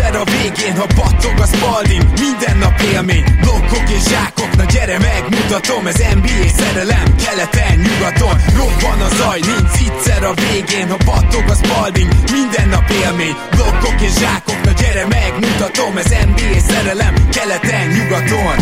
Egyszer a végén, ha battog a Spalding, minden nap élmény, blokkok és zsákok, na gyere megmutatom, ez NBA szerelem, keleten, nyugaton, robban a zaj, nincs egyszer a végén, ha battog a Spalding, minden nap élmény, blokkok és zsákok, na gyere megmutatom, ez NBA szerelem, keleten, nyugaton.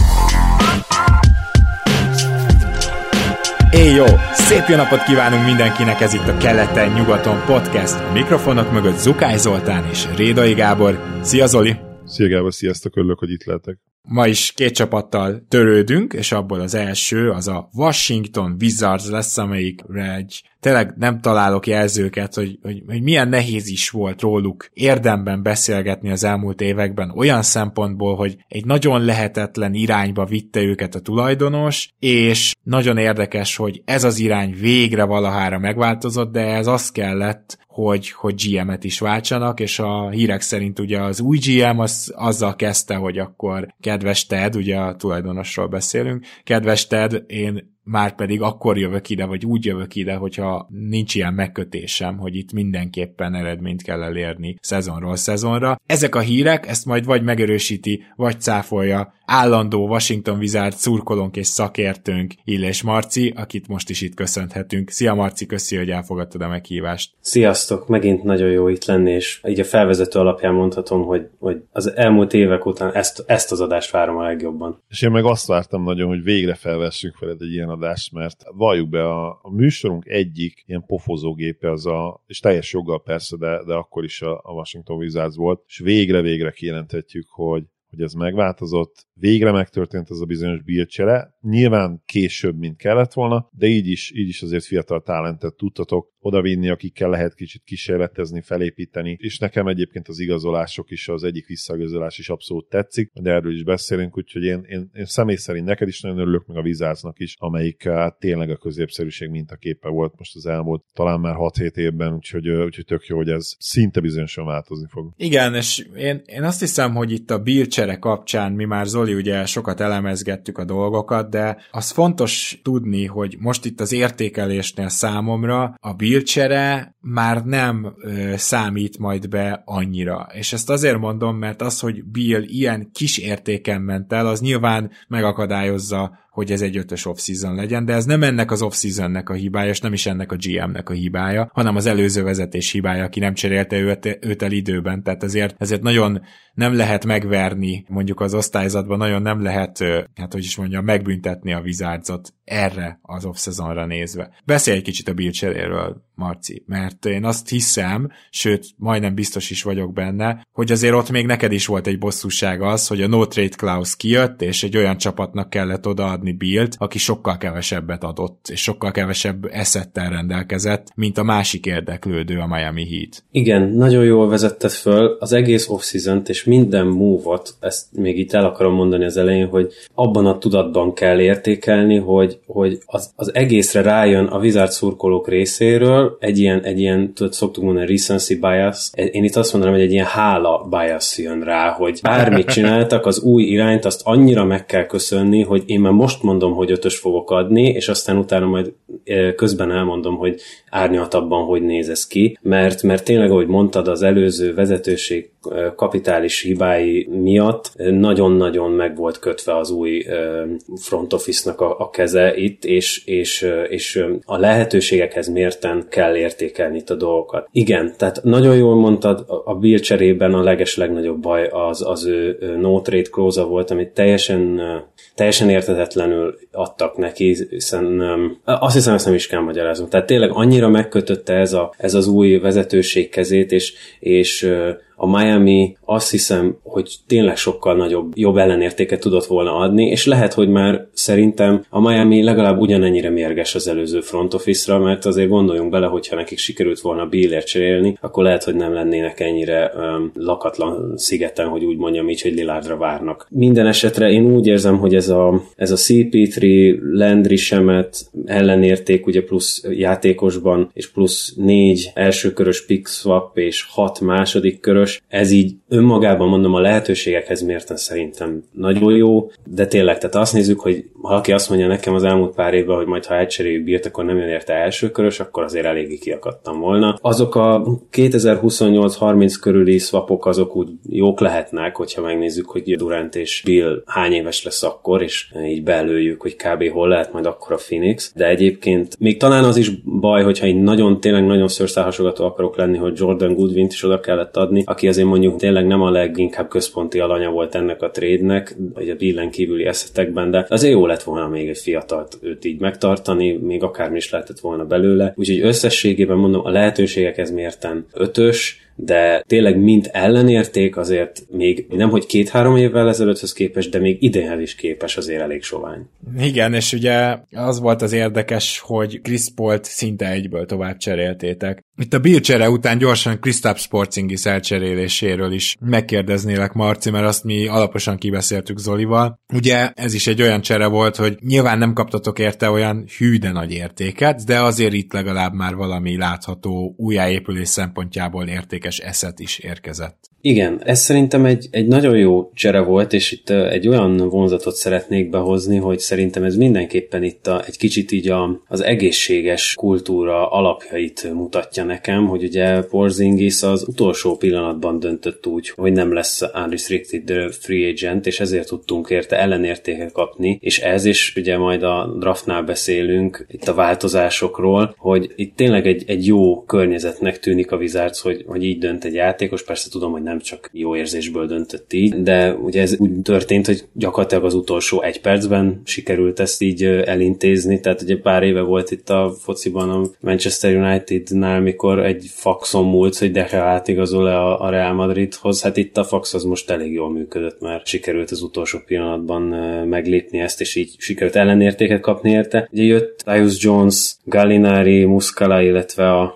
Jó, szép jó napot kívánunk mindenkinek, ez itt a Keleten-nyugaton podcast. A mikrofonok mögött Zukály Zoltán és Rédai Gábor. Szia Zoli! Szia Gábor, sziasztok, örülök, hogy itt lehetek. Ma is két csapattal törődünk, és abból az első az a Washington Wizards lesz, amelyikre tényleg nem találok jelzőket, hogy milyen nehéz is volt róluk érdemben beszélgetni az elmúlt években, olyan szempontból, hogy egy nagyon lehetetlen irányba vitte őket a tulajdonos, és nagyon érdekes, hogy ez az irány végre valahára megváltozott, de ez az kellett, hogy GM-et is váltsanak, és a hírek szerint ugye az új GM azzal kezdte, hogy akkor kedves Ted, ugye a tulajdonosról beszélünk, kedves Ted, én már pedig akkor jövök ide, vagy úgy jövök ide, hogyha nincs ilyen megkötésem, hogy itt mindenképpen eredményt kell elérni szezonról szezonra. Ezek a hírek, ezt majd vagy megerősíti, vagy cáfolja állandó Washington Wizards szurkolónk és szakértőnk Illés Marci, akit most is itt köszönhetünk. Szia Marci, köszi, hogy elfogadtad a meghívást. Sziasztok, megint nagyon jó itt lenni, és így a felvezető alapján mondhatom, hogy az elmúlt évek után ezt az adást várom a legjobban. És én meg azt vártam nagyon, hogy végre felvessünk veled egy ilyen adást, mert valljuk be, a műsorunk egyik ilyen pofozógépe és teljes joggal persze, de akkor is a Washington Wizards volt, és végre kijelenthetjük, hogy ez megváltozott, végre megtörtént ez a bizonyos bírcsere, nyilván később, mint kellett volna, de így is azért fiatal talentet tudtatok odavinni, akikkel lehet kicsit kísérletezni, felépíteni, és nekem egyébként az igazolások is, az egyik visszaigazolás is abszolút tetszik, de erről is beszélünk, úgyhogy én személy szerint neked is nagyon örülök, meg a Wizardsnak is, amelyik tényleg a középszerűség mintaképe volt most az elmúlt talán már 6-7 évben, úgyhogy tök jó, hogy ez szinte bizonyosan változni fog. Igen, és én azt hiszem, hogy itt a bírcsere kapcsán mi már Zoli ugye sokat elemezgettük a dolgokat, de az fontos tudni, hogy most itt az értékelésnél számomra a bírcsere már nem számít majd be annyira. És ezt azért mondom, mert az, hogy Bill ilyen kis értéken ment el, az nyilván megakadályozza, hogy ez egy 5-ös off-season legyen, de ez nem ennek az off-seasonnek a hibája, és nem is ennek a GM-nek a hibája, hanem az előző vezetés hibája, aki nem cserélte őt el időben, tehát ezért nagyon nem lehet megverni, mondjuk az osztályzatban nagyon nem lehet, megbüntetni a Wizardsot erre az off-seasonra nézve. Beszélj egy kicsit a Bill cseréről, Marci, mert én azt hiszem, sőt, majdnem biztos is vagyok benne, hogy azért ott még neked is volt egy bosszúság az, hogy a no trade clause kijött, és egy olyan csapatnak kellett odaadni Billt, aki sokkal kevesebbet adott, és sokkal kevesebb eszettel rendelkezett, mint a másik érdeklődő, a Miami Heat. Igen, nagyon jól vezetted föl az egész off-season-t, és minden move-ot, ezt még itt el akarom mondani az elején, hogy abban a tudatban kell értékelni, hogy az egészre rájön a Wizards szurkolók részéről egy ilyen szoktuk mondani, recency bias. Én itt azt mondanám, hogy egy ilyen hála bias jön rá, hogy bármit csináltak, az új irányt azt annyira meg kell köszönni, hogy én már most mondom, hogy 5-ös fogok adni, és aztán utána majd közben elmondom, hogy árnyaltabban hogy néz ez ki, mert tényleg, ahogy mondtad, az előző vezetőség kapitális hibái miatt nagyon-nagyon meg volt kötve az új front office-nak a keze itt, és a lehetőségekhez mérten kell értékelni itt a dolgokat. Igen, tehát nagyon jól mondtad, a Bill cserében a legnagyobb baj az ő no trade clause volt, amit teljesen érthetetlenül adtak neki, hiszen azt hiszem, ezt nem is kell magyaráznom. Tehát tényleg annyira megkötötte ez az új vezetőség kezét, és a Miami azt hiszem, hogy tényleg sokkal jobb ellenértéket tudott volna adni, és lehet, hogy már szerintem a Miami legalább ugyanennyire mérges az előző front office-ra, mert azért gondoljunk bele, hogyha nekik sikerült volna Billért cserélni, akkor lehet, hogy nem lennének ennyire lakatlan szigeten, hogy úgy mondjam így, hogy Lillardra várnak. Minden esetre én úgy érzem, hogy ez a CP3, Landry Shamet ellenérték, ugye plusz játékosban, és plusz 4 elsőkörös pick swap és 6 második körös, körös, ez így önmagában mondom a lehetőségekhez mérten szerintem nagyon jó, de tényleg, tehát azt nézzük, hogy ha aki azt mondja nekem az elmúlt pár évben, hogy majd ha elcseréljük Bealt, akkor nem jön érte első körös, akkor azért eléggé kiakadtam volna. Azok a 2028-30 körüli swapok azok úgy jók lehetnek, hogyha megnézzük, hogy Durant és Beal hány éves lesz akkor, és így belőjük, hogy kb. Hol lehet majd akkor a Phoenix, de egyébként még talán az is baj, hogyha én tényleg nagyon szőrszálhasogató akarok lenni, hogy Jordan Goodwint is oda kellett adni, aki azért mondjuk tényleg nem a leginkább központi alanya volt ennek a trade-nek, vagy a Bealen kívüli eszetekben, de azért jó lett volna még egy fiatalt őt így megtartani, még akármi is lehetett volna belőle. Úgyhogy összességében mondom, a lehetőségekhez mérten 5-ös, de tényleg mind ellenérték, azért még nemhogy 2-3 évvel ezelőtthöz képest, de még idénhez is képes, azért elég sovány. Igen, és ugye az volt az érdekes, hogy Chris Paul-t szinte egyből tovább cseréltétek. Itt a Beal csere után gyorsan Kristaps Porzingis elcseréléséről is megkérdeznélek, Marci, mert azt mi alaposan kibeszéltük Zolival. Ugye ez is egy olyan csere volt, hogy nyilván nem kaptatok érte olyan hű de nagy értéket, de azért itt legalább már valami látható újjáépülés szempontjából értékes eszet is érkezett. Igen, ez szerintem egy nagyon jó csere volt, és itt egy olyan vonzatot szeretnék behozni, hogy szerintem ez mindenképpen itt egy kicsit így az egészséges kultúra alapjait mutatja nekem, hogy ugye Porzingis az utolsó pillanatban döntött úgy, hogy nem lesz unrestricted free agent, és ezért tudtunk érte ellenértéket kapni, és ez is ugye majd a draftnál beszélünk itt a változásokról, hogy itt tényleg egy jó környezetnek tűnik a Wizards, hogy így dönt egy játékos, persze tudom, hogy nem csak jó érzésből döntött így, de ugye ez úgy történt, hogy gyakorlatilag az utolsó 1 percben sikerült ezt így elintézni, tehát ugye pár éve volt itt a fociban a Manchester United-nál, mikor egy faxon múlt, hogy de átigazol-e a Real Madridhoz, hát itt a fax az most elég jól működött, mert sikerült az utolsó pillanatban meglépni ezt, és így sikerült ellenértéket kapni érte. Ugye jött Tyus Jones, Gallinari, Muscala, illetve a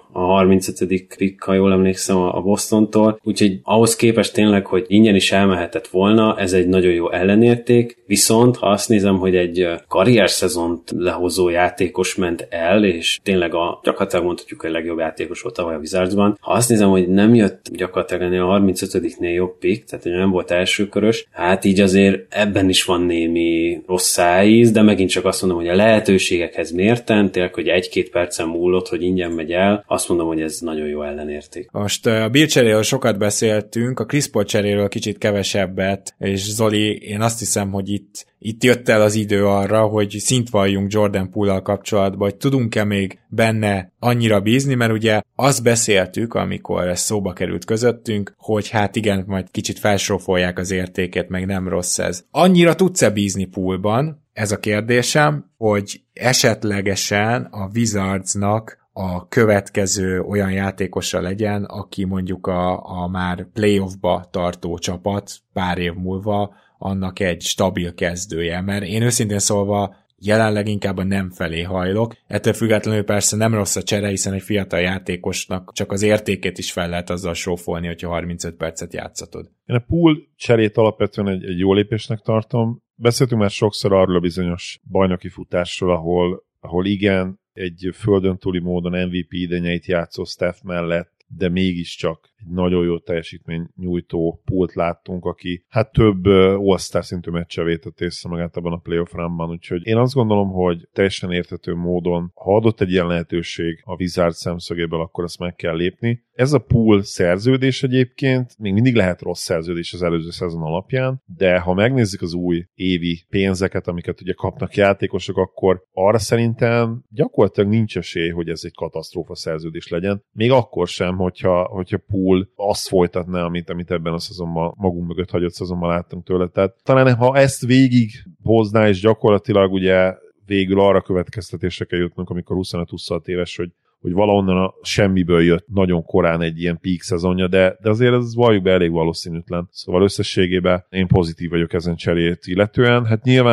35. pick, ha jól emlékszem, a Bostontól, úgyhogy ahhoz képest tényleg, hogy ingyen is elmehetett volna, ez egy nagyon jó ellenérték, viszont ha azt nézem, hogy egy karrierszezont lehozó játékos ment el, és tényleg gyakorlatilag mondhatjuk, hogy a legjobb játékos volt tavaly a Wizardsban, ha azt nézem, hogy nem jött gyakorlatilag ennél a 35-nél jobb pick, tehát hogy nem volt elsőkörös, hát így azért ebben is van némi rossz szájíz, de megint csak azt mondom, hogy a lehetőségekhez mérten, tényleg, hogy 1-2 percen múlott, hogy ingyen megy el, azt mondom, hogy ez nagyon jó ellenérték. Most a Beal cseréről sokat beszéltünk, a Chris Paul cseréről kicsit kevesebbet, és Zoli, én azt hiszem, hogy itt jött el az idő arra, hogy szint valljunk Jordan Poole-al kapcsolatban, hogy tudunk-e még benne annyira bízni, mert ugye azt beszéltük, amikor ez szóba került közöttünk, hogy hát igen, majd kicsit felsrófolják az értékét, meg nem rossz ez. Annyira tudsz-e bízni Poole-ban? Ez a kérdésem, hogy esetlegesen a Wizardsnak a következő olyan játékosa legyen, aki mondjuk a már playoffba tartó csapat pár év múlva annak egy stabil kezdője, mert én őszintén szólva jelenleg inkább a nem felé hajlok. Ettől függetlenül persze nem rossz a csere, hiszen egy fiatal játékosnak csak az értékét is fel lehet azzal sófolni, hogyha 35 percet játszatod. Én a Poole cserét alapvetően egy jó lépésnek tartom. Beszéltünk már sokszor arról a bizonyos bajnoki futásról, ahol igen, egy földön túli módon MVP idényeit játszó Steph mellett, de mégiscsak egy nagyon jó teljesítmény nyújtó Poole-t láttunk, aki hát több All-Star szintű meccse vétett észre magát abban a playoff runban, úgyhogy én azt gondolom, hogy teljesen érthető módon, ha adott egy ilyen lehetőség a Wizards szemszögéből, akkor azt meg kell lépni. Ez a Poole szerződés egyébként még mindig lehet rossz szerződés az előző szezon alapján, de ha megnézzük az új évi pénzeket, amiket ugye kapnak játékosok, akkor arra szerintem gyakorlatilag nincs esély, hogy ez egy katasztrófa szerződés legyen. Még akkor sem, hogyha Poole azt folytatná, amit ebben a szezonban magunk mögött hagyott szezonban láttunk tőle. Tehát talán ha ezt végig hozná, és gyakorlatilag ugye végül arra következtetésre kell jutnunk, amikor 25-26 éves, hogy valahonnan a semmiből jött nagyon korán egy ilyen peak szezonja, de azért ez valljuk be elég valószínűtlen. Szóval összességében én pozitív vagyok ezen cserét illetően. Hát nyilván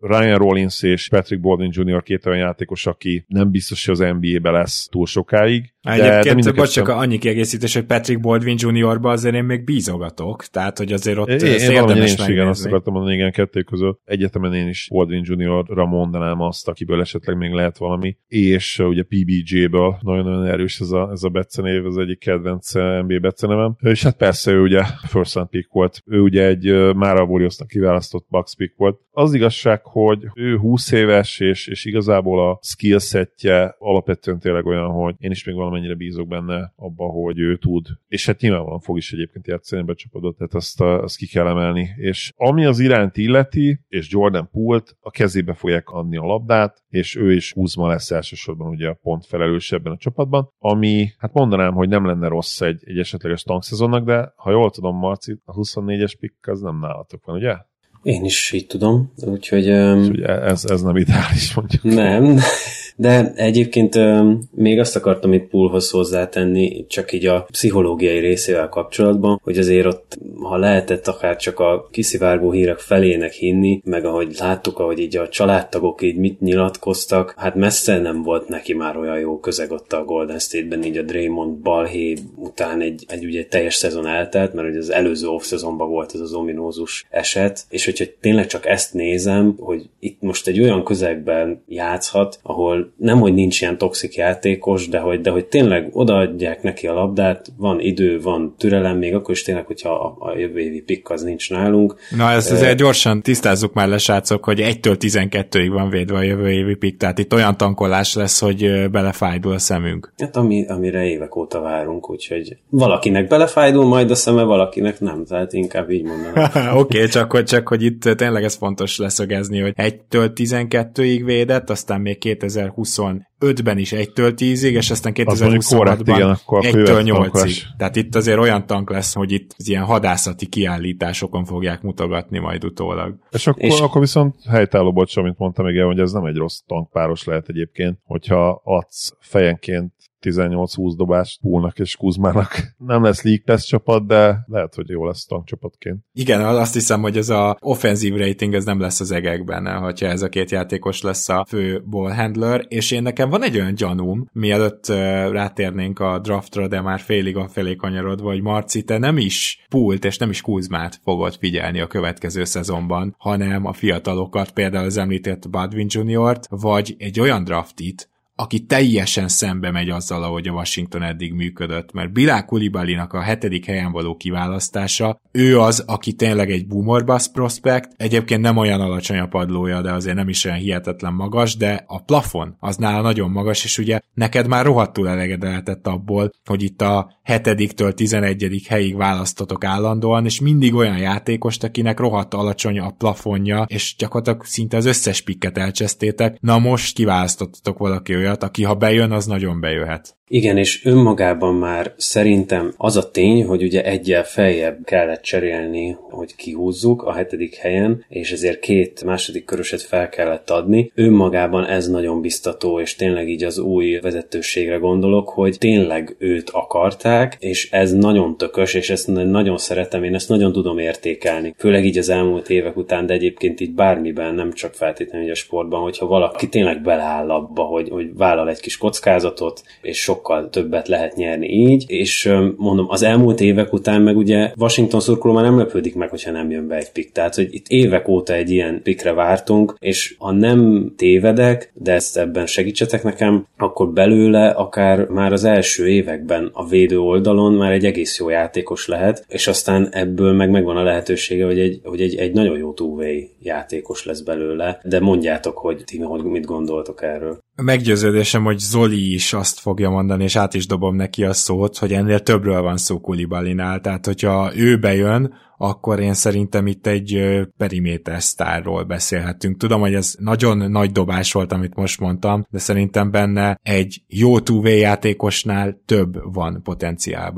Ryan Rollins és Patrick Baldwin Jr. két olyan játékos, aki nem biztos, hogy az NBA-be lesz túl sokáig. Egyébként, bocs, csak annyi kiegészítés, hogy Patrick Baldwin Jr.-ba azért én még bízogatok, tehát hogy azért ott érdemes megnézni. Igen, azt akartam mondani, igen, kettő között. Egyetemen én is Baldwin Jr.-ra mondanám azt, akiből esetleg még lehet valami, és ugye PBJ-ből nagyon-nagyon erős ez a becenév, az egyik kedvenc NBA becenevem. És hát persze ő ugye first round pick volt, ő ugye egy már a Warriorsnak kiválasztott Bucks pick volt. Az igazság, hogy ő 20 éves, és igazából a skillsetje alapvetően tényleg olyan, hogy én is még valamennyire bízok benne abba, hogy ő tud. És hát nyilvánvalóan fog is egyébként játszani ebbe a csapatot, tehát azt ki kell emelni. És ami az iránt illeti, és Jordan Poole-t a kezébe fogják adni a labdát, és ő is Kuzma lesz elsősorban ugye a pont felelős ebben a csapatban, ami, hát mondanám, hogy nem lenne rossz egy esetleges tankszezonnak, de ha jól tudom, Marci, a 24-es pick az nem nálatok van, ugye? Én is így tudom, úgyhogy... Ez nem ideális, mondjuk. Nem, de egyébként még azt akartam itt Poolhoz hozzátenni, csak így a pszichológiai részével kapcsolatban, hogy azért ott, ha lehetett akár csak a kiszivárgó hírek felének hinni, meg ahogy láttuk, ahogy így a családtagok így mit nyilatkoztak, hát messze nem volt neki már olyan jó közeg ott a Golden State-ben, így a Draymond balhé után egy teljes szezon eltelt, mert ugye az előző off-szezonban volt ez az ominózus eset, és hogyha tényleg csak ezt nézem, hogy itt most egy olyan közegben játszhat, ahol nemhogy nincs ilyen toxik játékos, de hogy tényleg odaadják neki a labdát, van idő, van türelem, még akkor is tényleg, hogyha a jövő évi pick az nincs nálunk. Na, ezt azért gyorsan tisztázzuk már le, srácok, hogy 1-től 12-ig van védve a jövő évi pick, tehát itt olyan tankolás lesz, hogy belefájdul a szemünk. Hát amire évek óta várunk, úgyhogy valakinek belefájdul majd a szeme, valakinek nem, tehát inkább így mondanám. Oké, csak hogy itt tényleg ez fontos leszögezni, hogy 1-től 12-ig védett, aztán még 2025-ben is 1-től 10-ig, és aztán 2026-ban 1-től 8-ig. Tehát itt azért olyan tank lesz, hogy itt ilyen hadászati kiállításokon fogják mutogatni majd utólag. És akkor viszont helytálló, bocs, amit mondtam még el, hogy ez nem egy rossz tankpáros lehet egyébként, hogyha adsz fejenként 18-20 dobást Poolnak és Kuzmának. Nem lesz League Pass csapat, de lehet, hogy jó lesz tankcsapatként. Igen, azt hiszem, hogy ez a offensive rating ez nem lesz az egekben, hogyha ez a két játékos lesz a fő ballhandler, és én nekem van egy olyan gyanúm, mielőtt rátérnénk a draftra, de már félig afelé kanyarodva, hogy Marci, te nem is Poolt és nem is Kuzmát fogod figyelni a következő szezonban, hanem a fiatalokat, például az említett Baldwin Jr.-t, vagy egy olyan draftit, aki teljesen szembe megy azzal, ahogy a Washington eddig működött, mert Bilal Coulibalynak a 7. helyen való kiválasztása, ő az, aki tényleg egy boomer bust prospect, egyébként nem olyan alacsony a padlója, de azért nem is olyan hihetetlen magas, de a plafon az nála nagyon magas, és ugye neked már rohadtul elegedett abból, hogy itt a 7-től 11. helyig választotok állandóan, és mindig olyan játékost, akinek rohadt alacsony a plafonja, és gyakorlatilag szinte az összes pikket elcsesztétek. Na most kiválasztottatok valaki olyat, aki ha bejön, az nagyon bejöhet. Igen, és önmagában már szerintem az a tény, hogy ugye egyel feljebb kellett cserélni, hogy kihúzzuk a 7. helyen, és ezért 2 második köröset fel kellett adni. Önmagában ez nagyon biztató, és tényleg így az új vezetőségre gondolok, hogy tényleg őt akarták, és ez nagyon tökös, és ezt nagyon szeretem, én ezt nagyon tudom értékelni. Főleg így az elmúlt évek után, de egyébként így bármiben, nem csak feltétlenül a sportban, hogyha valaki tényleg beleáll abba, hogy vállal egy kis kockázatot, és sokkal többet lehet nyerni így, és mondom, az elmúlt évek után meg ugye Washington szurkoló már nem lepődik meg, hogyha nem jön be egy pick. Tehát, hogy itt évek óta egy ilyen pickre vártunk, és ha nem tévedek, de ezt ebben segítsetek nekem, akkor belőle akár már az első években a védő oldalon már egy egész jó játékos lehet, és aztán ebből megvan a lehetősége, hogy egy nagyon jó two-way játékos lesz belőle, de mondjátok, hogy ti mit gondoltok erről. Meggyőződésem, hogy Zoli is azt fogja mondani, és át is dobom neki a szót, hogy ennél többről van szó Coulibalynál, tehát hogyha ő bejön, akkor én szerintem itt egy periméter sztárról beszélhetünk. Tudom, hogy ez nagyon nagy dobás volt, amit most mondtam, de szerintem benne egy jó two-way játékosnál több van potenciálban.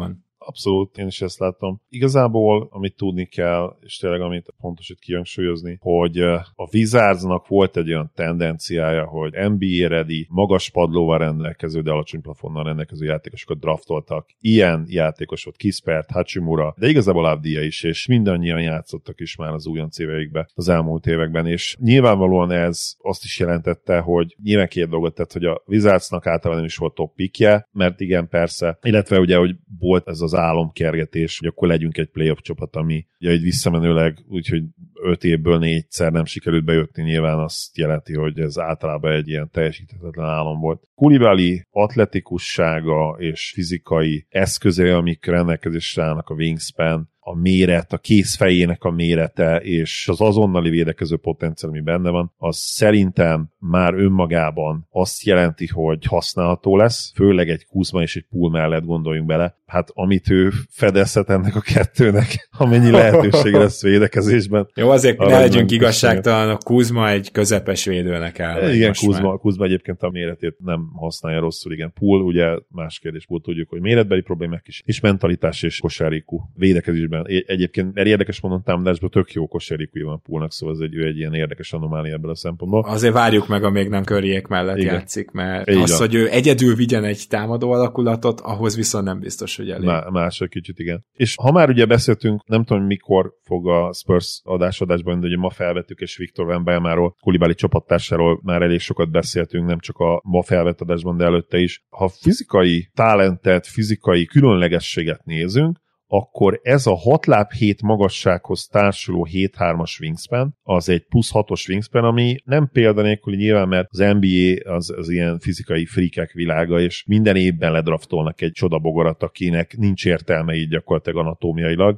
Abszolút, én is ezt látom. Igazából, amit tudni kell, és tényleg amit fontos itt kihangsúlyozni, hogy a Wizardsnak volt egy olyan tendenciája, hogy NBA ready, magas padlóval rendelkező, de alacsony plafonnal rendelkező játékosokat draftoltak. Ilyen játékos volt Kispert, Hachimura, de igazából Avdija is, és mindannyian játszottak is már az újonc éveikben, az elmúlt években, és nyilvánvalóan ez azt is jelentette, hogy nyilván két dolgot tett, hogy a Wizardsnak általában nem is volt top pickje, mert igen, persze, illetve ugye, hogy volt ez az álomkergetés, hogy akkor legyünk egy playoff csapat, ami ugye egy visszamenőleg, úgyhogy 5 évből 4-szer nem sikerült bejutni, nyilván azt jelenti, hogy ez általában egy ilyen teljesíthetetlen álom volt. Koulibaly atletikussága és fizikai eszközei, amik rendelkezésre állnak, a wingspan, a méret, a kézfejének a mérete, és az azonnali védekező potenciál, ami benne van, az szerintem már önmagában azt jelenti, hogy használható lesz, főleg egy Kuzma és egy Poole mellett gondoljunk bele. Hát amit ő fedezhet ennek a kettőnek, amennyi lehetőség lesz védekezésben. Jó, azért ne legyünk igazságtalanok, Kuzma egy közepes védőnek áll. Igen, Kuzma egyébként a méretét nem használja rosszul, igen. Poole, ugye más kérdés volt, tudjuk, hogy méretbeli problémák is, és mentalitás és kosárikú védekezésben. Egyébként, mert érdekes mondom, támadásban tök jó kosárikúja van Poole-nak, szóval ő egy ilyen érdekes anomália ebből a szempontból. Azért várjuk meg, amíg nem Curryék mellett igen. Játszik, mert az, hogy ő egyedül vigyen egy támadó alakulatot, ahhoz viszont nem biztos, hogy elég. Más egy kicsit, igen. És ha már ugye beszéltünk, nem tudom, mikor fog a Spurs adásban, de ugye ma felvettük, és Victor Wembanyamaról, Koulibaly csapattársáról már elég sokat beszéltünk, nem csak a ma felvett adásban, de előtte is. Ha fizikai talentet, fizikai különlegességet nézünk, akkor ez a 6 láb 7 magassághoz társuló 7-3-as wingspan, az egy plusz 6-os wingspan, ami nem példanélküli nyilván, mert az NBA az ilyen fizikai freakek világa, és minden évben ledraftolnak egy csodabogarat, akinek nincs értelme így gyakorlatilag anatómiailag.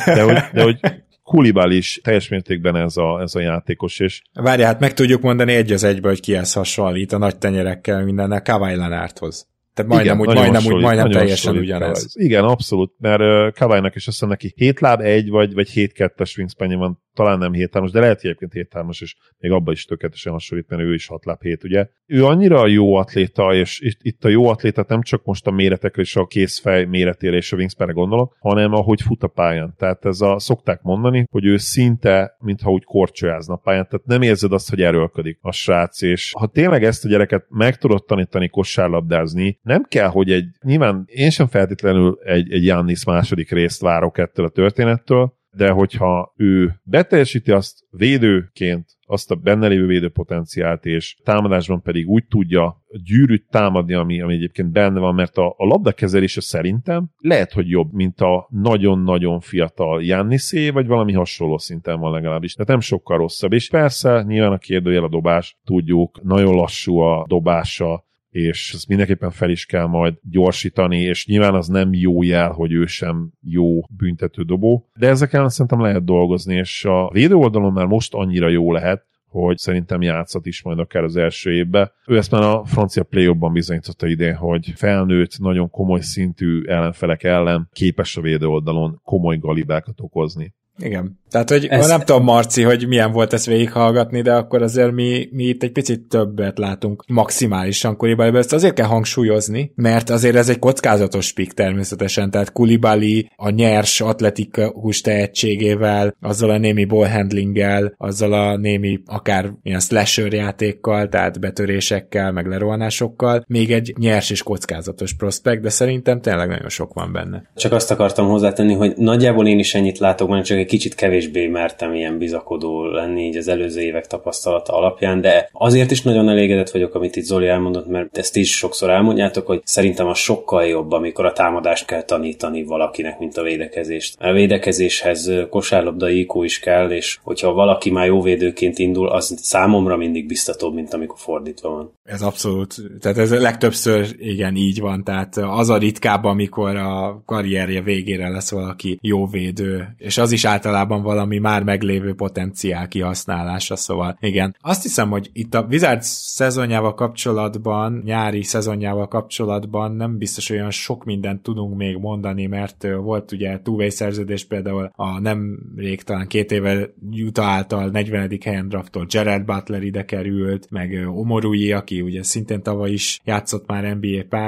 De hogy Koulibaly is teljes mértékben ez a játékos, és... Várjál, hát meg tudjuk mondani egy az egybe, hogy kihez hasonlít a nagy tenyerekkel mindennel Kawhi Leonardhoz. Tehát majdnem teljesen ugyanez. Igen, abszolút, mert Kawhinak is azt mondja neki 7 láb 1 vagy 7-2-es wingspanje van, talán nem 7-3-as, de lehet egyébként 7-3-as, és még abban is tökéletesen hasonlít, mert ő is 6 láb 7, ugye. Ő annyira jó atléta, és itt a jó atléta nem csak most a méretekre és a kézfej méretére és a wingspanre gondolok, hanem ahogy fut a pályán. Tehát szokták mondani, hogy ő szinte, mintha úgy korcsolyázna a pályán, tehát nem érzed azt, hogy erőlködik a srác, és ha tényleg ezt a gyereket meg tudod tanítani kosárlabdázni, nem kell, hogy nyilván én sem feltétlenül egy Giannis második részt várok ettől a történettől, de hogyha ő beteljesíti azt védőként, azt a benne lévő védőpotenciált, és támadásban pedig úgy tudja gyűrűt támadni, ami egyébként benne van, mert a labdakezelése szerintem lehet, hogy jobb, mint a nagyon-nagyon fiatal Giannisé, vagy valami hasonló szinten van legalábbis. Tehát nem sokkal rosszabb. És persze nyilván a kérdőjel a dobás, tudjuk, nagyon lassú a dobása, és ezt mindenképpen fel is kell majd gyorsítani, és nyilván az nem jó jel, hogy ő sem jó büntetődobó, de ezeken szerintem lehet dolgozni, és a védő oldalon már most annyira jó lehet, hogy szerintem játszhat is majd akár az első évben. Ő ezt már a francia play-offban bizonyította idén, hogy felnőtt, nagyon komoly szintű ellenfelek ellen képes a védő oldalon komoly galibákat okozni. Igen. Tehát, hogy nem tudom, Marci, hogy milyen volt ezt végighallgatni, de akkor azért mi itt egy picit többet látunk maximálisan Koulibalyban. Ezt azért kell hangsúlyozni, mert azért ez egy kockázatos pick természetesen, tehát Koulibaly a nyers atletikus tehetségével, azzal a némi ballhandlinggel, azzal a némi akár ilyen slasher játékkal, tehát betörésekkel, meg lerohanásokkal, még egy nyers és kockázatos prospekt, de szerintem tényleg nagyon sok van benne. Csak azt akartam hozzátenni, hogy nagyjából én is ennyit látok, mert csak egy kicsit kevésbé mertem ilyen bizakodó lenni így az előző évek tapasztalata alapján, de azért is nagyon elégedett vagyok, amit itt Zoli elmondott, mert ezt is sokszor elmondjátok, hogy szerintem az sokkal jobb, amikor a támadást kell tanítani valakinek, mint a védekezést. A védekezéshez kosárlabda IQ is kell, és hogyha valaki már jó védőként indul, az számomra mindig biztatóbb, mint amikor fordítva van. Ez abszolút, tehát ez legtöbbször igen így van, tehát az a ritkább, amikor a karrierje végére lesz valaki jó védő, és az is általában valami már meglévő potenciál kihasználása, szóval igen. Azt hiszem, hogy itt a Wizards szezonjával kapcsolatban, nyári szezonjával kapcsolatban nem biztos olyan sok mindent tudunk még mondani, mert volt ugye two-way szerződés, például a nemrég talán 2 éve Utah által 40. helyen draftolt Jared Butler ide került, meg Omorui, aki ugye szintén tavaly is játszott már NBA pályán.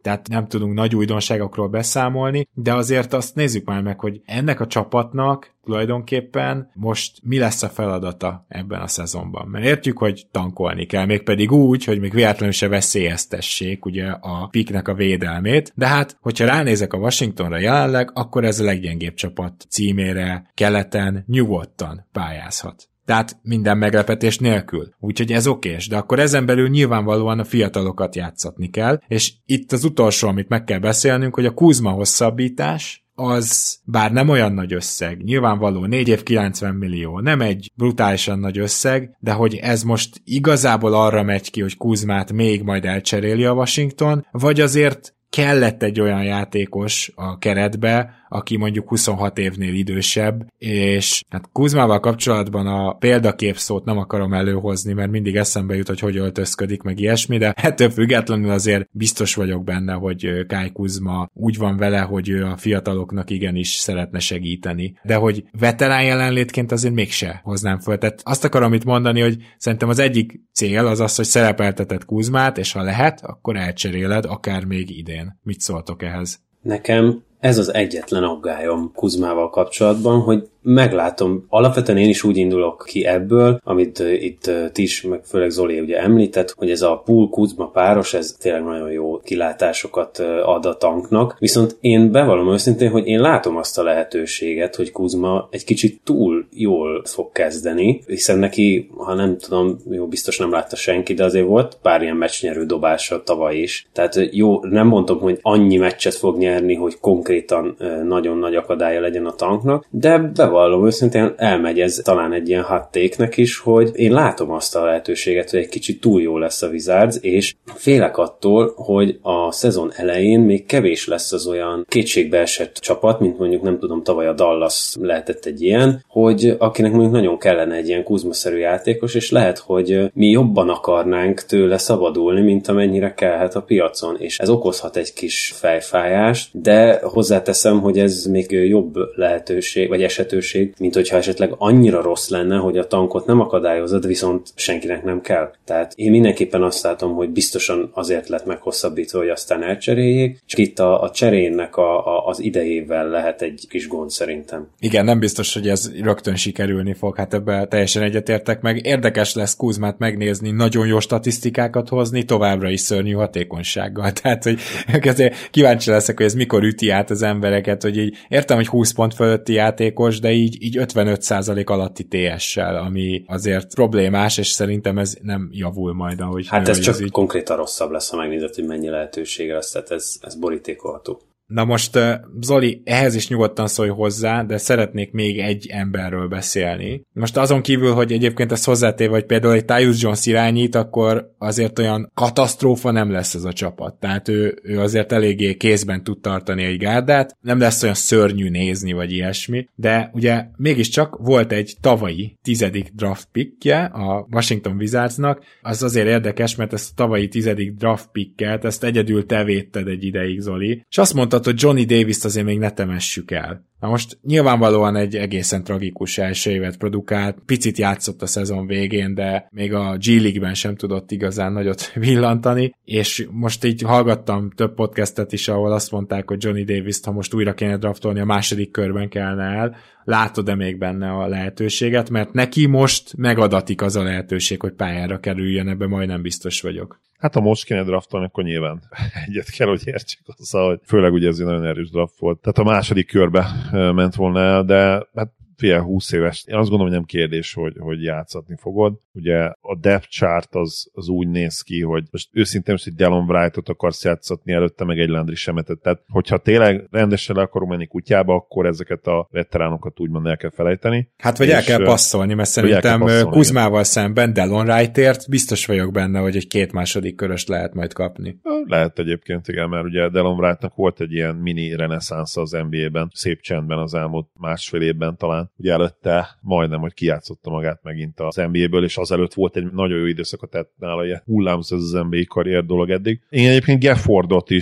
tehát nem tudunk nagy újdonságokról beszámolni, de azért azt nézzük már meg, hogy ennek a csapatnak tulajdonképpen most mi lesz a feladata ebben a szezonban. Mert értjük, hogy tankolni kell, mégpedig úgy, hogy még véletlenül se veszélyeztessék ugye a picknek a védelmét, de hát, hogyha ránézek a Washingtonra jelenleg, akkor ez a leggyengébb csapat címére keleten nyugodtan pályázhat. Tehát minden meglepetés nélkül. Úgyhogy ez okés, de akkor ezen belül nyilvánvalóan a fiatalokat játszatni kell, és itt az utolsó, amit meg kell beszélnünk, hogy a Kuzma hosszabbítás, az bár nem olyan nagy összeg, nyilvánvaló 4 év 90 millió, nem egy brutálisan nagy összeg, de hogy ez most igazából arra megy ki, hogy Kuzmát még majd elcseréli a Washington, vagy azért kellett egy olyan játékos a keretbe, aki mondjuk 26 évnél idősebb, és hát Kuzmával kapcsolatban a példakép szót nem akarom előhozni, mert mindig eszembe jut, hogy öltözködik, meg ilyesmi, de ettől függetlenül azért biztos vagyok benne, hogy Kyle Kuzma úgy van vele, hogy ő a fiataloknak igenis szeretne segíteni. De hogy veterán jelenlétként azért mégse hoznám föl. Tehát azt akarom itt mondani, hogy szerintem az egyik cél az az, hogy szerepelteted Kuzmát, és ha lehet, akkor elcseréled, akár még idén. Mit szóltok ehhez? Nekem ez az egyetlen aggályom Kuzmával kapcsolatban, hogy meglátom, alapvetően én is úgy indulok ki ebből, amit itt ti is, meg főleg Zoli ugye említett, hogy ez a Poole-Kuzma páros, ez tényleg nagyon jó kilátásokat ad a tanknak, viszont én bevallom őszintén, hogy én látom azt a lehetőséget, hogy Kuzma egy kicsit túl jól fog kezdeni, hiszen neki, ha nem tudom, jó, biztos nem látta senki, de azért volt pár ilyen meccsnyerő dobása tavaly is. Tehát jó, nem mondom, hogy annyi meccset fog nyerni, hogy konkrétan nagyon nagy akadálya legyen a tanknak, de bevallom őszintén, elmegy ez talán egy ilyen hot take-nek is, hogy én látom azt a lehetőséget, hogy egy kicsit túl jó lesz a Wizards, és félek attól, hogy a szezon elején még kevés lesz az olyan kétségbeesett csapat, mint mondjuk nem tudom, tavaly a Dallas lehetett egy ilyen, hogy akinek mondjuk nagyon kellene egy ilyen Kuzma-szerű játékos, és lehet, hogy mi jobban akarnánk tőle szabadulni, mint amennyire kellhet a piacon, és ez okozhat egy kis fejfájást, de hozzáteszem, hogy ez még jobb lehetőség, vagy esetőség, mint hogyha esetleg annyira rossz lenne, hogy a tankot nem akadályozod, viszont senkinek nem kell. Tehát én mindenképpen azt látom, hogy biztosan azért lett meghosszabbítva, hogy aztán elcseréljék, csak itt a cserénnek az idejével lehet egy kis gond szerintem. Igen, nem biztos, hogy ez rögtön sikerülni fog, hát ebben teljesen egyetértek meg. Érdekes lesz Kuzmát megnézni, nagyon jó statisztikákat hozni, továbbra is szörnyű hatékonysággal. Tehát, hogy kíváncsi leszek, hogy ez mikor üti át az embereket, hogy így értem, hogy 20 pont fölötti játékos, de így 55% alatti TS-sel, ami azért problémás, és szerintem ez nem javul majd, ahogy... Hát ez csak konkrétan rosszabb lesz, ha megnézed, hogy mennyi lehetősége lesz, tehát ez borítékolható. Na most, Zoli, ehhez is nyugodtan szólj hozzá, de szeretnék még egy emberről beszélni. Most azon kívül, hogy egyébként ezt hozzátéve, hogy például egy Tyus Jones irányít, akkor azért olyan katasztrófa nem lesz ez a csapat. Tehát ő azért eléggé kézben tud tartani egy gárdát, nem lesz olyan szörnyű nézni, vagy ilyesmi, de ugye mégiscsak volt egy tavalyi 10. draft pickje a Washington Wizardsnak, az azért érdekes, mert ezt a tavalyi 10. draft picket, ezt egyedül te védted egy ideig, Zoli, és azt mondtad, hogy Johnny Davis-t azért még ne temessük el. Na most nyilvánvalóan egy egészen tragikus első évet produkált, picit játszott a szezon végén, de még a G League-ben sem tudott igazán nagyot villantani, és most így hallgattam több podcastet is, ahol azt mondták, hogy Johnny Davis-t, ha most újra kéne draftolni, a második körben kellene el. Látod-e még benne a lehetőséget? Mert neki most megadatik az a lehetőség, hogy pályára kerüljön, ebben majdnem biztos vagyok. Hát ha most kéne draftolni, akkor nyilván egyet kell, hogy értsük azzal, hogy főleg ugye ez egy nagyon erős draft volt. Tehát a második körbe ment volna el, de hát 20 éves. Én azt gondolom, hogy nem kérdés, hogy játszatni fogod. Ugye a depth chart az úgy néz ki, hogy most őszintén most egy Delon Wright-ot akarsz játszatni, előtte meg egy Landry Shametet. Tehát, hogyha tényleg rendesen le akarunk menni kutyába, akkor ezeket a veteránokat úgymond el kell felejteni. Hát vagy el kell passzolni, mert szerintem Kuzmával szemben Delon Wright-ért biztos vagyok benne, hogy egy 2 második köröst lehet majd kapni. Lehet egyébként, igen, mert ugye Delon Wright-nak volt egy ilyen mini reneszánsza az NBA-ben, szép csendben az elmúlt másfél évben talán. Ugye előtte majdnem, hogy kijátszotta magát megint az NBA-ből, és azelőtt volt egy nagyon jó időszaka, tehát nála ilyen hullámzó ez az NBA karrier dolog eddig. Én egyébként Gaffordot is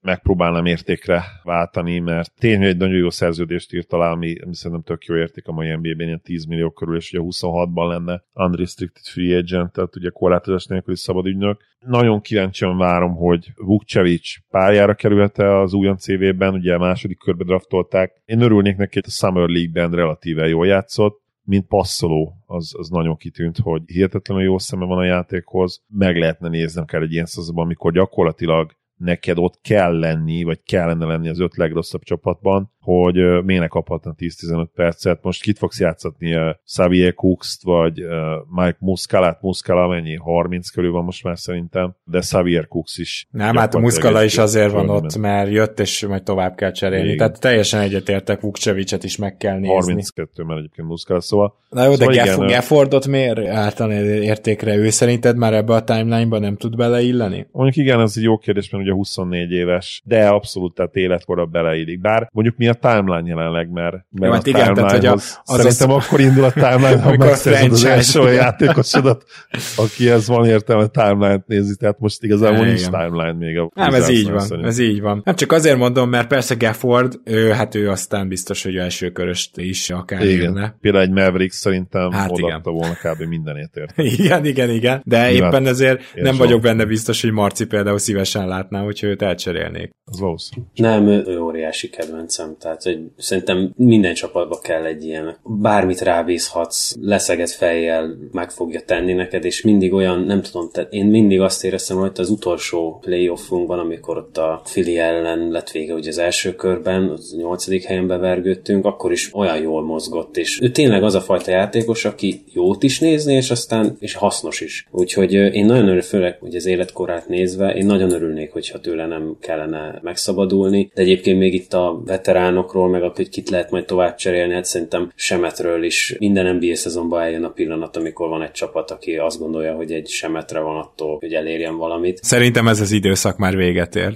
megpróbálnám értékre váltani, mert tényleg egy nagyon jó szerződést írt alá, ami szerintem tök jó érték a mai NBA-ben, ilyen 10 millió körül, és ugye 26-ban lenne unrestricted free agent, tehát ugye korlátozás nélküli szabadügynök. Nagyon kíváncsian várom, hogy Vukcevic pályára kerülhet-e az újon CV-ben, ugye a második körbe draftolták. Én örülnék neki, hogy a Summer League-ben relatíve jól játszott, mint passzoló, az nagyon kitűnt, hogy hihetetlenül jó szeme van a játékhoz. Meg lehetne nézni akár egy ilyen szezonban, amikor gyakorlatilag neked ott kell lenni, vagy kellene lenni az 5 legrosszabb csapatban, hogy miért ne kaphatna 10-15 percet. Most kit fogsz játszatni, Xavier Cooks-t, vagy Mike Muscala, mennyi? 30 körül van most már szerintem, de Xavier Cooks is. Nem, hát a Muscala is azért van ott, mert jött, és majd tovább kell cserélni. Még. Tehát teljesen egyetértek, Vukcevicet is meg kell nézni. 32 már egyébként Muscala, szóval. Na jó, de Gaffordot miért általán értékre? Ő szerinted már ebbe a timeline-ba nem tud beleilleni? Mondjuk igen, ez egy jó kérdés, mert ugye 24 éves, de abszolút, tehát életkorra beleillik. Bár mondjuk mi a timeline jelenleg, mert jó, hát igen, tehát, hogy szerintem akkor indul a timeline, ha megszerzed az első játékosodat, akihez van értelme a timeline-t nézi, tehát most igazából nincs timeline még. Nem, ez így van. Nem csak azért mondom, mert persze Gafford, ő aztán biztos, hogy első köröst is akár írne. Például egy Mavericks szerintem odaadta volna kb. Mindenét ért. Igen. De éppen ezért nem vagyok benne biztos, hogy Marci például szívesen látná, hogyha őt elcserélnék. Az valószínű. Nem, ő óriási kedvencem. Tehát, hogy szerintem minden csapatba kell egy ilyen, bármit rábízhatsz, leszeged fejjel, meg fogja tenni neked, és mindig olyan, nem tudom, tehát én mindig azt éreztem, hogy az utolsó playoffunkban, amikor ott a Philly ellen lett vége ugye az első körben, az 8. helyen bevergődtünk, akkor is olyan jól mozgott, és ő tényleg az a fajta játékos, aki jót is nézni, és aztán és hasznos is. Úgyhogy én nagyon örülök, főleg hogy az életkorát nézve, én nagyon örülnék, hogyha tőle nem kellene megszabadulni, de egyébként még itt a veteránokról, meg hogy kit lehet majd tovább cserélni, hát szerintem Semetről is minden NBA szezonban eljön a pillanat, amikor van egy csapat, aki azt gondolja, hogy egy Semetre van attól, hogy elérjen valamit. Szerintem ez az időszak már véget ért.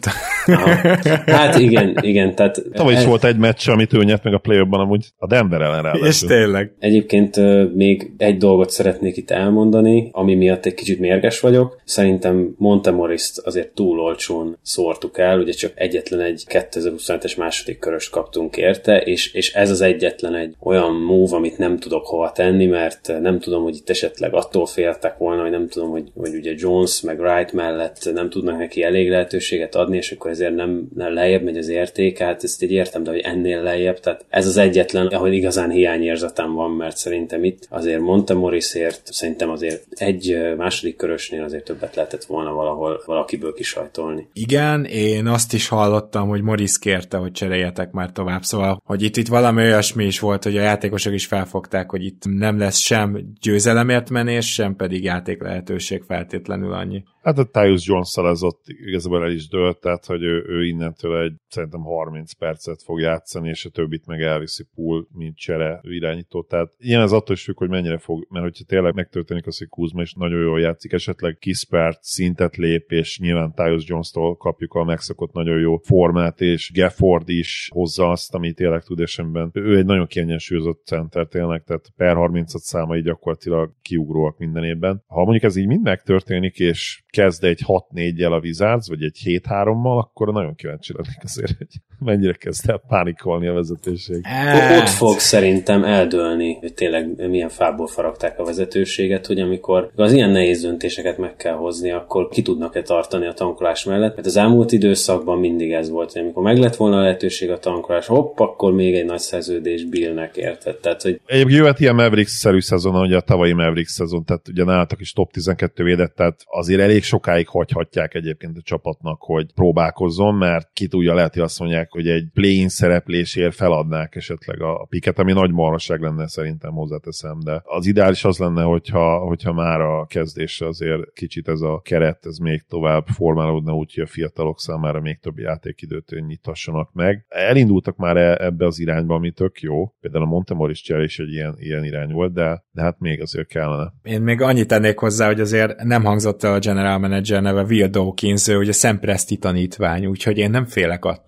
Hát igen. Tehát tavaly is volt egy meccs, amit ő nyert meg a play-offban amúgy a Denver ellen ráadásul. És tényleg. Egyébként még egy dolgot szeretnék itt elmondani, ami miatt egy kicsit mérges vagyok. Szerintem Montemorist azért túl olcsón szórtuk el, ugye csak egyetlen egy 2025-es második köröst kaptunk érte, és ez az egyetlen egy olyan move, amit nem tudok hova tenni, mert nem tudom, hogy itt esetleg attól féltek volna, hogy nem tudom, hogy ugye Jones meg Wright mellett nem tudnak neki elég lehetőséget adni, és akkor ezért nem lejjebb megy az érték, hát ezt így értem, de hogy ennél lejjebb, tehát ez az egyetlen, ahol igazán hiányérzetem van, mert szerintem itt azért Montemorisért szerintem azért egy második körösnél azért többet lehetett volna valahol valakiből kisajtolni. Igen, én azt is hallottam, hogy Morris kérte, hogy cseréljetek már tovább, szóval, hogy itt valami olyasmi is volt, hogy a játékosok is felfogták, hogy itt nem lesz sem győzelemért menés, sem pedig játék lehetőség feltétlenül annyi. Hát a Tyus Jones-szal ez ott igazából el is dőlt, tehát hogy ő innentől szerintem 30 percet fog játszani, és a többit meg elviszi Poole, mint csere irányító. Tehát ilyen az attól is függ, hogy mennyire fog, mert hogyha tényleg megtörténik az, hogy Kuzma is nagyon jól játszik, esetleg Kispert szintet lép, és nyilván Tyus Jones-tól kapjuk a megszokott nagyon jó formát, és Gafford is hozza azt, amit tényleg tud esemben. Ő egy nagyon kiegyensúlyozott center tényleg, tehát per 36 számai gyakorlatilag kiugróak minden évben. Ha mondjuk ez így mind megtörténik, és kezd egy 6-4-jel a Wizards, vagy egy 7-3-mal, akkor nagyon kíváncsi lennék azért, hogy mennyire kezd el pánikolni a vezetőség. Ott fog szerintem eldőlni, hogy tényleg milyen fából faragták a vezetőséget, hogy amikor az ilyen nehéz döntéseket meg kell hozni, akkor ki tudnak-e tartani a tankolás mellett, mert az elmúlt időszakban mindig ez volt, hogy amikor meg lett volna a lehetőség a tankolás, hopp, akkor még egy nagy szerződés Billnek, érted? Tehát, hogy... Egyébként jöhet ilyen Mavericks-szerű szezon, ugye a tavalyi Mavericks szezon, tehát ugye nálatok is top 12 védett, tehát azért elég sokáig hagyhatják egyébként a csapatnak, hogy próbálkozzon, mert ki tudja, lehet, hogy azt mondják, hogy egy play-in szereplésért feladnák esetleg a piket, ami nagy marhaság lenne szerintem, hozzáteszem, de az ideális az lenne, hogyha már a kezdésre azért kicsit ez a keret, ez még tovább formálódna, úgyhogy a fiatalok számára még több játékidőt nyitassanak meg. Elindultak már ebbe az irányba, ami tök jó. Például a Montemoris csere is egy ilyen irány volt, de hát még azért kellene. Én még annyit tennék hozzá, hogy azért nem hangzott el a general manager neve Will Dawkins, ő ugye Sam Presti tanítvány, úgyhogy én nem félek attól, hogy itt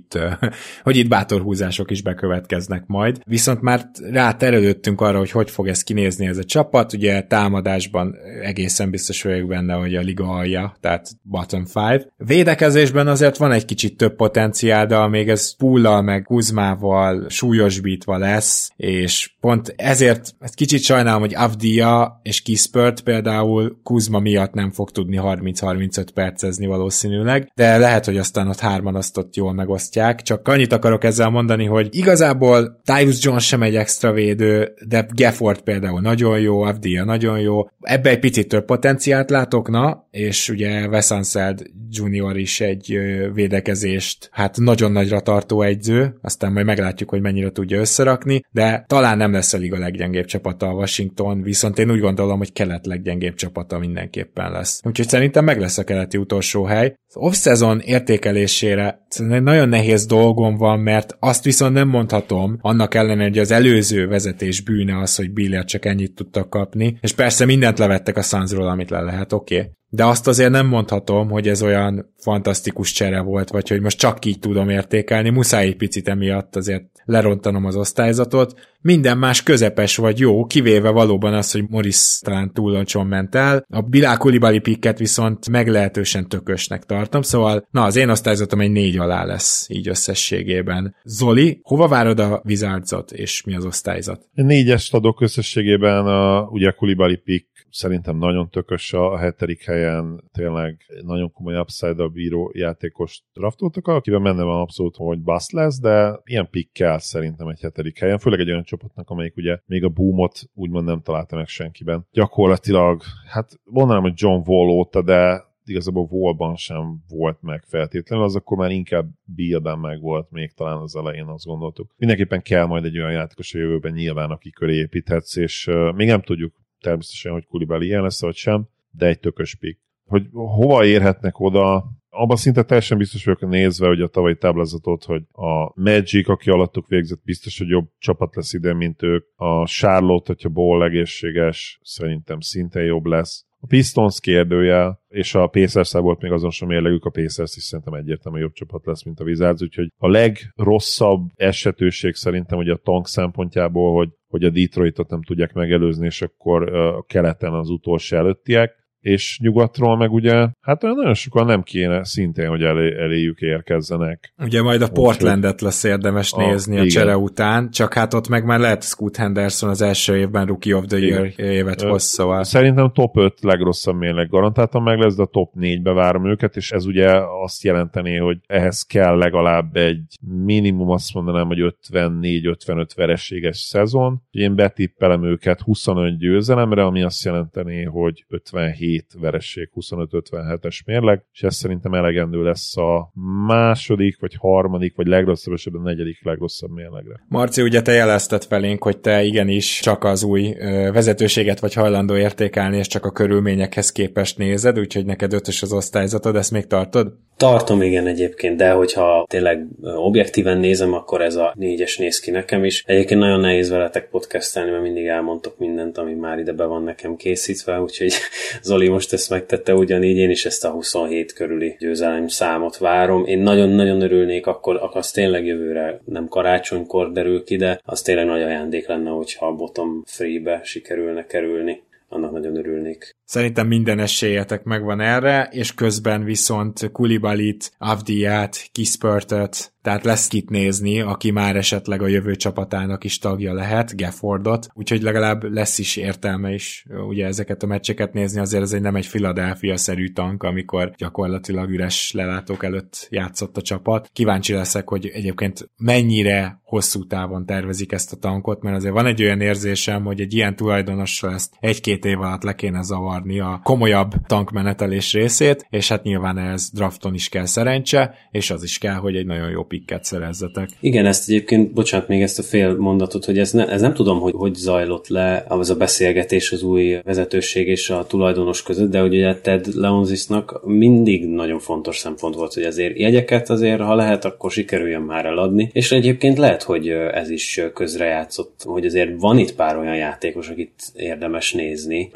itt bátorhúzások is bekövetkeznek majd. Viszont már ráterelődtünk arra, hogy fog ez kinézni ez a csapat. Ugye támadásban egészen biztos vagyok benne, hogy a liga alja, tehát bottom 5. Védekezésben azért van egy kicsit több potenciál, de még ez Pullal meg Kuzmával súlyosbítva lesz, és pont ezért ezt kicsit sajnálom, hogy Avdia és Kispert például Kuzma miatt nem fog tudni 30-35 percezni valószínűleg, de lehet, hogy aztán ott hárman azt ott jól megosztják. Csak annyit akarok ezzel mondani, hogy igazából Tyus Jones sem egy extra védő, de Gafford például nagyon jó, Avdia nagyon jó. Ebbe egy picit több potenciált látok, és ugye Wes Unseld Junior is egy védekezést, hát nagyon nagyra tartó egyző, aztán majd meglátjuk, hogy mennyire tudja összerakni, de talán nem lesz a liga leggyengébb csapata a Washington, viszont én úgy gondolom, hogy kelet leggyengébb csapata mindenképpen lesz. Úgyhogy szerintem meg lesz a keleti utolsó hely. Az off-season értékelésére nagyon nehéz dolgom van, mert azt viszont nem mondhatom, annak ellenére, hogy az előző vezetés bűne az, hogy Billért csak ennyit tudtak kapni, és persze mindent levettek a Sunsról, amit le lehet, oké. De azt azért nem mondhatom, hogy ez olyan fantasztikus csere volt, vagy hogy most csak így tudom értékelni, muszáj egy picit emiatt azért lerontanom az osztályzatot. Minden más közepes vagy jó, kivéve valóban az, hogy Morris talán túl olcsón ment el. A Bilal Coulibaly picket viszont meglehetősen tökösnek tartom, szóval az én osztályzatom egy 4 alá lesz így összességében. Zoli, hova várod a Wizardsot, és mi az osztályzat? 4-est adok összességében, ugye a Coulibaly pick szerintem nagyon tökös a 7. helyen, tényleg nagyon komoly upside-a bíró játékost draftoltak, akiben benne van abszolút, hogy bust lesz, de ilyen pick kell szerintem egy 7. helyen, főleg egy olyan csapatnak, amelyik ugye még a boomot úgymond nem találta meg senkiben. Gyakorlatilag, hát mondanám, hogy John Wall óta, de igazából Wallban sem volt meg feltétlenül, az akkor már inkább Bealben meg volt még talán az elején, azt gondoltuk. Mindenképpen kell majd egy olyan játékos a jövőben nyilván, aki köré építhetsz, és még nem tudjuk természetesen, hogy Coulibaly ilyen lesz, vagy sem, de egy tökös pick. Hogy hova érhetnek oda, abban szinte teljesen biztos vagyok nézve, hogy a tavalyi táblázatot, hogy a Magic, aki alattuk végzett, biztos, hogy jobb csapat lesz idén, mint ők. A Charlotte, hogyha Ball egészséges, szerintem szintén jobb lesz. A Pistons kérdőjel, és a Pacers volt még azonos mérlegük, a Pacers is szerintem egyértelműen jobb csapat lesz, mint a Wizards, úgyhogy a legrosszabb esetőség szerintem, hogy a tank szempontjából, hogy a Detroitot nem tudják megelőzni, és akkor a keleten az utolsó előttiek, és nyugatról meg ugye, hát nagyon sokan nem kéne szintén, hogy eléjük érkezzenek. Ugye majd a Portlandet lesz érdemes nézni a csere után, csak hát ott meg már lehet Scoot Henderson az első évben Rookie of the Year évet hoz, szóval. Szerintem top 5 legrosszabb mérleg garantáltan meg lesz, de a top 4-be várom őket, és ez ugye azt jelenteni, hogy ehhez kell legalább egy minimum, azt mondanám, hogy 54-55 vereséges szezon. Én betippelem őket 25 győzelemre, ami azt jelenteni, hogy 57 veresség, 25-57-es mérleg, és ez szerintem elegendő lesz a második, vagy harmadik, vagy legrosszabb esetben a negyedik legrosszabb mérlegre. Marci, ugye te jelezted felénk, hogy te igenis csak az új vezetőséget vagy hajlandó értékelni, és csak a körülményekhez képest nézed, úgyhogy neked 5-ös az osztályzatod, ezt még tartod? Tartom, igen, egyébként, de hogyha tényleg objektíven nézem, akkor ez a 4-es néz ki nekem is. Egyébként nagyon nehéz veletek podcastelni, mert mindig elmondtok mindent, ami már ide be van nekem készítve, úgyhogy Zoli most ezt megtette ugyanígy, én is ezt a 27 körüli győzelem számot várom. Én nagyon-nagyon örülnék, akkor az tényleg jövőre nem karácsonykor derül ki, de az tényleg nagy ajándék lenne, hogyha a bottom 3-be sikerülne kerülni. Annak nagyon örülnék. Szerintem minden esélyetek megvan erre, és közben viszont Coulibalyt, Avdiát, Kispertet, tehát lesz kit nézni, aki már esetleg a jövő csapatának is tagja lehet, Gaffordot, úgyhogy legalább lesz is értelme is ugye ezeket a meccseket nézni, azért ez nem egy Philadelphia-szerű tank, amikor gyakorlatilag üres lelátók előtt játszott a csapat. Kíváncsi leszek, hogy egyébként mennyire hosszú távon tervezik ezt a tankot, mert azért van egy olyan érzésem, hogy egy ilyen tulajdonossal ezt 1-2 év alatt le kéne zavarni a komolyabb tankmenetelés részét, és hát nyilván ez drafton is kell szerencse, és az is kell, hogy egy nagyon jó pikket szerezzetek. Igen, ezt egyébként, bocsánat, még ezt a fél mondatot, hogy ez nem tudom, hogy zajlott le az a beszélgetés az új vezetőség és a tulajdonos között, de ugye Ted Leonzisnak mindig nagyon fontos szempont volt, hogy azért jegyeket azért, ha lehet, akkor sikerüljön már eladni, és egyébként lehet, hogy ez is közrejátszott, hogy azért van itt pár olyan játékos, akit érdemes nézni, és tényleg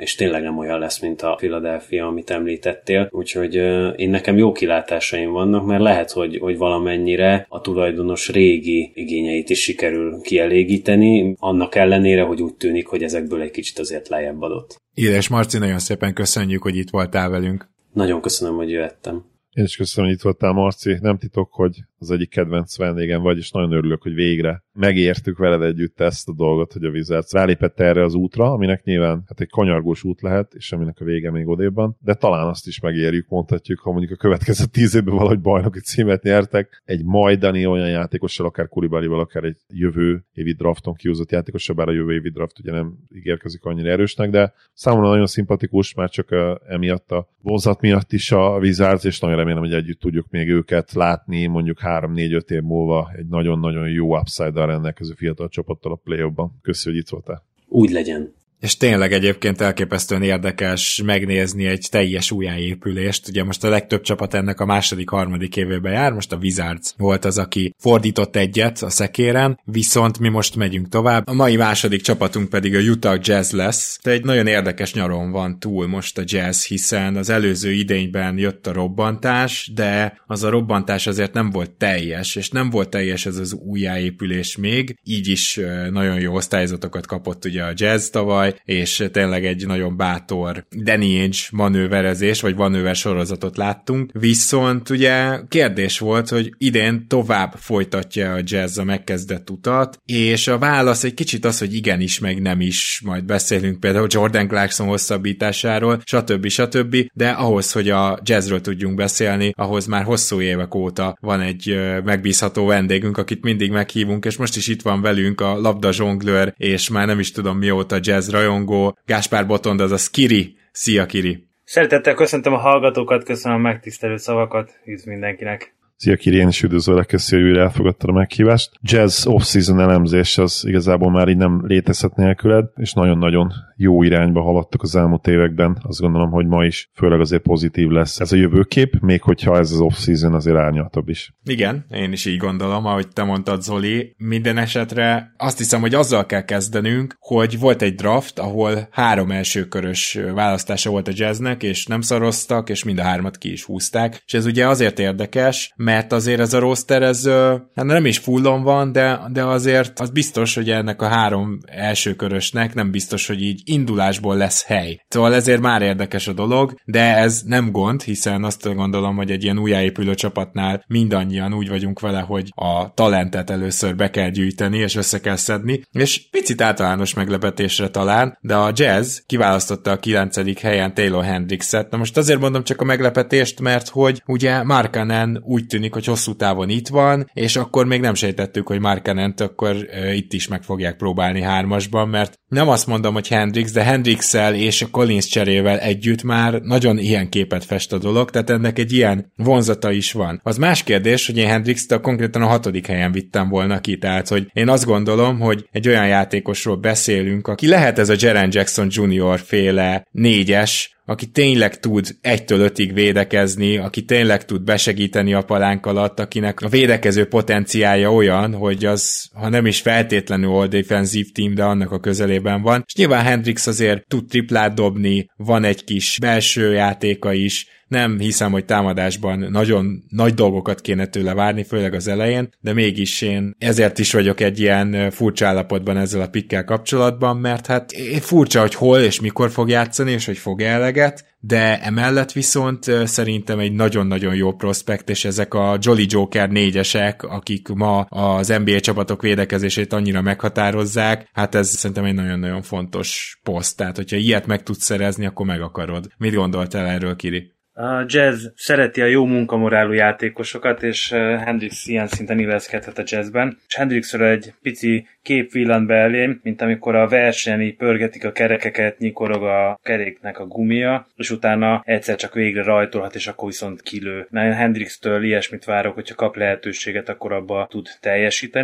nem olyan lesz, mint a Philadelphia, amit említettél. Úgyhogy én nekem jó kilátásaim vannak, mert lehet, hogy valamennyire a tulajdonos régi igényeit is sikerül kielégíteni, annak ellenére, hogy úgy tűnik, hogy ezekből egy kicsit azért lejjebb adott. Édes Marci, nagyon szépen köszönjük, hogy itt voltál velünk. Nagyon köszönöm, hogy jöttem. Én is köszönöm, hogy itt voltál, Marci. Nem titok, hogy az egyik kedvenc vendégem vagy, és nagyon örülök, hogy végre megértük veled együtt ezt a dolgot, hogy a Wizards rálépett erre az útra, aminek nyilván hát egy kanyargós út lehet, és aminek a vége még odébb van, de talán azt is megérjük, mondhatjuk, ha mondjuk a következő 10 évben valahogy bajnoki címet nyertek, egy majdani olyan játékossal, akár Kulibalival, akár egy jövő évi drafton kihozott játékossal, bár a jövő évi draft ugye nem ígérkezik annyira erősnek, de számomra nagyon szimpatikus, már csak emiatt a vonzat miatt is a Wizards, és nagyon remélem, hogy együtt tudjuk még őket látni, mondjuk 3-4-5 év múlva egy nagyon-nagyon jó upside-dal rendelkező fiatal csapattal a play-offban. Köszönjük, hogy itt voltál. Úgy legyen. És tényleg egyébként elképesztően érdekes megnézni egy teljes újjáépülést. Ugye most a legtöbb csapat ennek a második-harmadik évében jár, most a Wizards volt az, aki fordított egyet a szekéren, viszont mi most megyünk tovább. A mai második csapatunk pedig a Utah Jazz lesz. De egy nagyon érdekes nyaron van túl most a Jazz, hiszen az előző idényben jött a robbantás, de az a robbantás azért nem volt teljes, és nem volt teljes ez az újjáépülés még, így is nagyon jó osztályzatokat kapott ugye a Jazz tavaly, és tényleg egy nagyon bátor Danny Ainge manőverezés, vagy manőver sorozatot láttunk. Viszont ugye kérdés volt, hogy idén tovább folytatja a Jazz a megkezdett utat, és a válasz egy kicsit az, hogy igenis, meg nem is, majd beszélünk például Jordan Clarkson hosszabbításáról, stb. De ahhoz, hogy a Jazzről tudjunk beszélni, ahhoz már hosszú évek óta van egy megbízható vendégünk, akit mindig meghívunk, és most is itt van velünk a labda zsonglőr, és már nem is tudom mióta Jazz rajongó, Gáspár Botond, azaz Kiri. Szia, Kiri! Szeretettel köszöntöm a hallgatókat, köszönöm a megtisztelő szavakat, üdv mindenkinek! Szia, Kiri, én is üdvözöllek, köszönjük, hogy újra elfogadtad a meghívást. Jazz off-season elemzés az igazából már így nem létezhet nélküled, és nagyon-nagyon jó irányba haladtak az elmúlt években. Azt gondolom, hogy ma is főleg azért pozitív lesz ez a jövőkép, még hogyha ez az off-season azért árnyaltabb is. Igen, én is így gondolom, ahogy te mondtad, Zoli. Minden esetre azt hiszem, hogy azzal kell kezdenünk, hogy volt egy draft, ahol 3 elsőkörös választása volt a Jazznek, és nem szaroztak, és mind a 3-at ki is húzták. És ez ugye azért érdekes, mert azért ez a roster, ez hát nem is fullon van, de azért az biztos, hogy ennek a 3 elsőkörösnek nem biztos, hogy így indulásból lesz hely. Szóval ezért már érdekes a dolog, de ez nem gond, hiszen azt gondolom, hogy egy ilyen újjáépülő csapatnál mindannyian úgy vagyunk vele, hogy a talentet először be kell gyűjteni, és össze kell szedni, és picit általános meglepetésre talán, de a Jazz kiválasztotta a 9. helyen Taylor Hendrickset. Na most azért mondom csak a meglepetést, mert hogy ugye Markkanen úgy tűnik, hogy hosszú távon itt van, és akkor még nem sejtettük, hogy Markkanent akkor itt is meg fogják próbálni 3-asban, mert nem azt mondom, hogy Hendricks, de Hendricksel és a Collins cserével együtt már nagyon ilyen képet fest a dolog, tehát ennek egy ilyen vonzata is van. Az más kérdés, hogy én Hendrickst konkrétan a 6. helyen vittem volna ki, tehát hogy én azt gondolom, hogy egy olyan játékosról beszélünk, aki lehet ez a Jaren Jackson Jr. féle 4-es, aki tényleg tud 1-től 5-ig védekezni, aki tényleg tud besegíteni a palánk alatt, akinek a védekező potenciálja olyan, hogy az, ha nem is feltétlenül all defensive team, de annak a közelében van. És nyilván Hendricks azért tud triplát dobni, van egy kis belső játéka is, nem hiszem, hogy támadásban nagyon nagy dolgokat kéne tőle várni, főleg az elején, de mégis én ezért is vagyok egy ilyen furcsa állapotban ezzel a pikkel kapcsolatban, mert hát furcsa, hogy hol és mikor fog játszani, és hogy fog eleget, de emellett viszont szerintem egy nagyon-nagyon jó prospekt, és ezek a Jolly Joker 4-esek, akik ma az NBA csapatok védekezését annyira meghatározzák, hát ez szerintem egy nagyon-nagyon fontos poszt, tehát hogyha ilyet meg tudsz szerezni, akkor meg akarod. Mit gondoltál erről, Kiri? A Jazz szereti a jó munkamorálú játékosokat, és Hendricks ilyen szinten illeszkedhet a Jazzben. És Hendricksről egy pici kép villant be elém, mint amikor a versenyi pörgetik a kerekeket, nyikorog a keréknek a gumia, és utána egyszer csak végre rajtolhat, és akkor viszont kilő. Mert Hendrickstől ilyesmit várok, hogyha kap lehetőséget, akkor abba tud teljesíteni.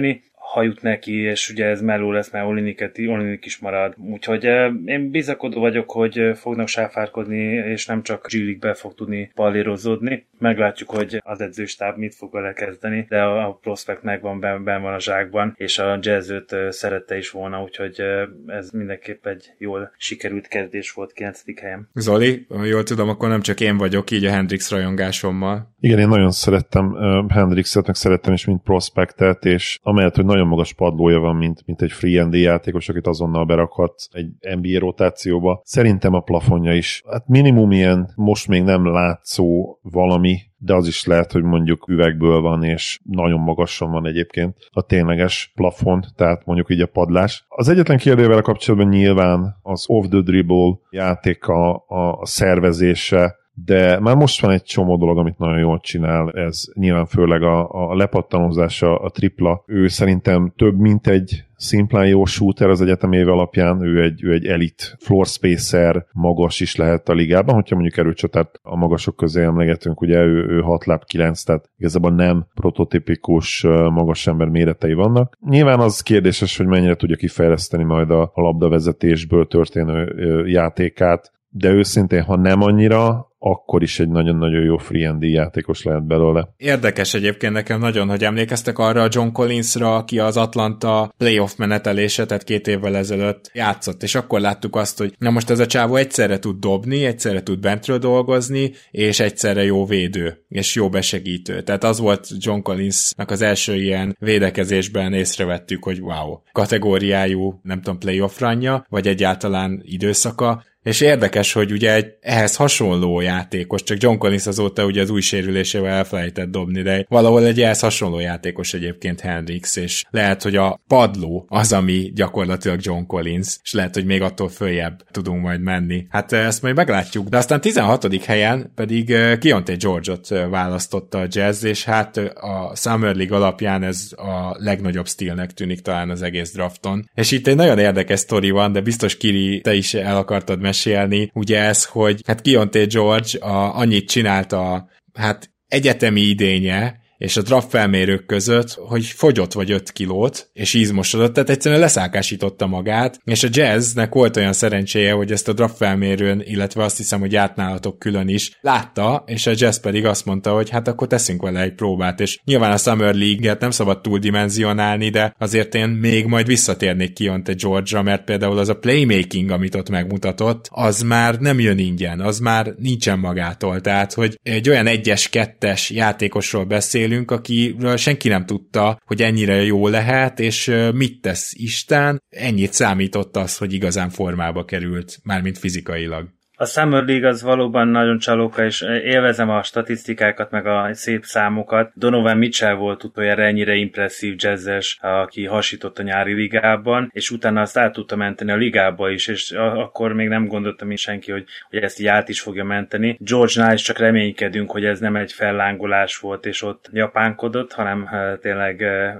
hajut neki, és ugye ez melló lesz, mert Olinik is marad. Úgyhogy én bizakodó vagyok, hogy fognak sáfárkodni, és nem csak G-League-be fog tudni pallérozódni. Meglátjuk, hogy az edzőstáb mit fog vele kezdeni, de a prospect megvan, benn van a zsákban, és a Jazz őt szerette is volna, úgyhogy ez mindenképp egy jól sikerült kezdés volt 9. helyen. Zoli, jól tudom, akkor nem csak én vagyok így a Hendrix rajongásommal. Igen, én nagyon szerettem Hendrixet, meg szerettem is, mint prospektet, és amellett, hogy nagyon magas padlója van, mint egy free and játékos, akit azonnal berakhat egy NBA rotációba. Szerintem a plafonja is, hát minimum ilyen most még nem látszó valami, de az is lehet, hogy mondjuk üvegből van, és nagyon magasan van egyébként a tényleges plafon, tehát mondjuk így a padlás. Az egyetlen kérdővel kapcsolatban nyilván az off the dribble játéka, a szervezése, de már most van egy csomó dolog, amit nagyon jól csinál, ez nyilván főleg a lepattanózása, a tripla. Ő szerintem több, mint egy szimplán jó shooter az egyetem éve alapján, ő egy elit floor spacer, magas is lehet a ligában, hogyha mondjuk erőcsatát a magasok közé emlegetünk, ugye ő 6 láb 9, tehát igazából nem prototipikus magas ember méretei vannak. Nyilván az kérdéses, hogy mennyire tudja kifejleszteni majd a labdavezetésből történő játékát, de őszintén, ha nem annyira, akkor is egy nagyon-nagyon jó free and játékos lehet belőle. Érdekes egyébként nekem nagyon, hogy emlékeztek arra a John Collinsra, aki az Atlanta playoff menetelése, tehát 2 évvel ezelőtt játszott, és akkor láttuk azt, hogy na most ez a csávó egyszerre tud dobni, egyszerre tud bentről dolgozni, és egyszerre jó védő, és jó besegítő. Tehát az volt John Collinsnak az első ilyen védekezésben észrevettük, hogy wow, kategóriájú, nem tudom, playoff ranja, vagy egyáltalán időszaka. És érdekes, hogy ugye ehhez hasonló játékos, csak John Collins azóta ugye az új sérülésével elfelejtett dobni, de valahol egy ehhez hasonló játékos egyébként Hendrix, és lehet, hogy a padló az, ami gyakorlatilag John Collins, és lehet, hogy még attól följebb tudunk majd menni. Hát ezt majd meglátjuk, de aztán 16. helyen pedig Keontae George-ot választotta a Jazz, és hát a Summer League alapján ez a legnagyobb stílnek tűnik talán az egész drafton. És itt egy nagyon érdekes sztori van, de biztos Kiri, te is el akartad mesélni, ugye ez, hogy hát Keontae George annyit csinálta hát egyetemi idénye, és a draft felmérők között, hogy fogyott vagy 5 kilót, és ízmosodott, tehát egyszerűen leszákásította magát, és a Jazznek volt olyan szerencséje, hogy ezt a draft felmérőn, illetve azt hiszem, hogy átnálatok külön is látta, és a Jazz pedig azt mondta, hogy hát akkor teszünk vele egy próbát, és nyilván a Summer League-et nem szabad túldimenzionálni, de azért én még majd visszatérnék Keontae George-ra, mert például az a playmaking, amit ott megmutatott, az már nem jön ingyen, az már nincsen magától, tehát hogy egy olyan 1-2-es játékosról beszél, akiről senki nem tudta, hogy ennyire jó lehet, és mit tesz Isten, ennyit számított az, hogy igazán formába került, mármint fizikailag. A Summer League az valóban nagyon csalóka, és élvezem a statisztikákat, meg a szép számokat. Donovan Mitchell volt utoljára ennyire impresszív jazzes, aki hasított a nyári ligában, és utána azt át tudta menteni a ligába is, és akkor még nem gondoltam én senki, hogy ezt így át is fogja menteni. George-nál is csak reménykedünk, hogy ez nem egy fellángolás volt, és ott japánkodott, hanem tényleg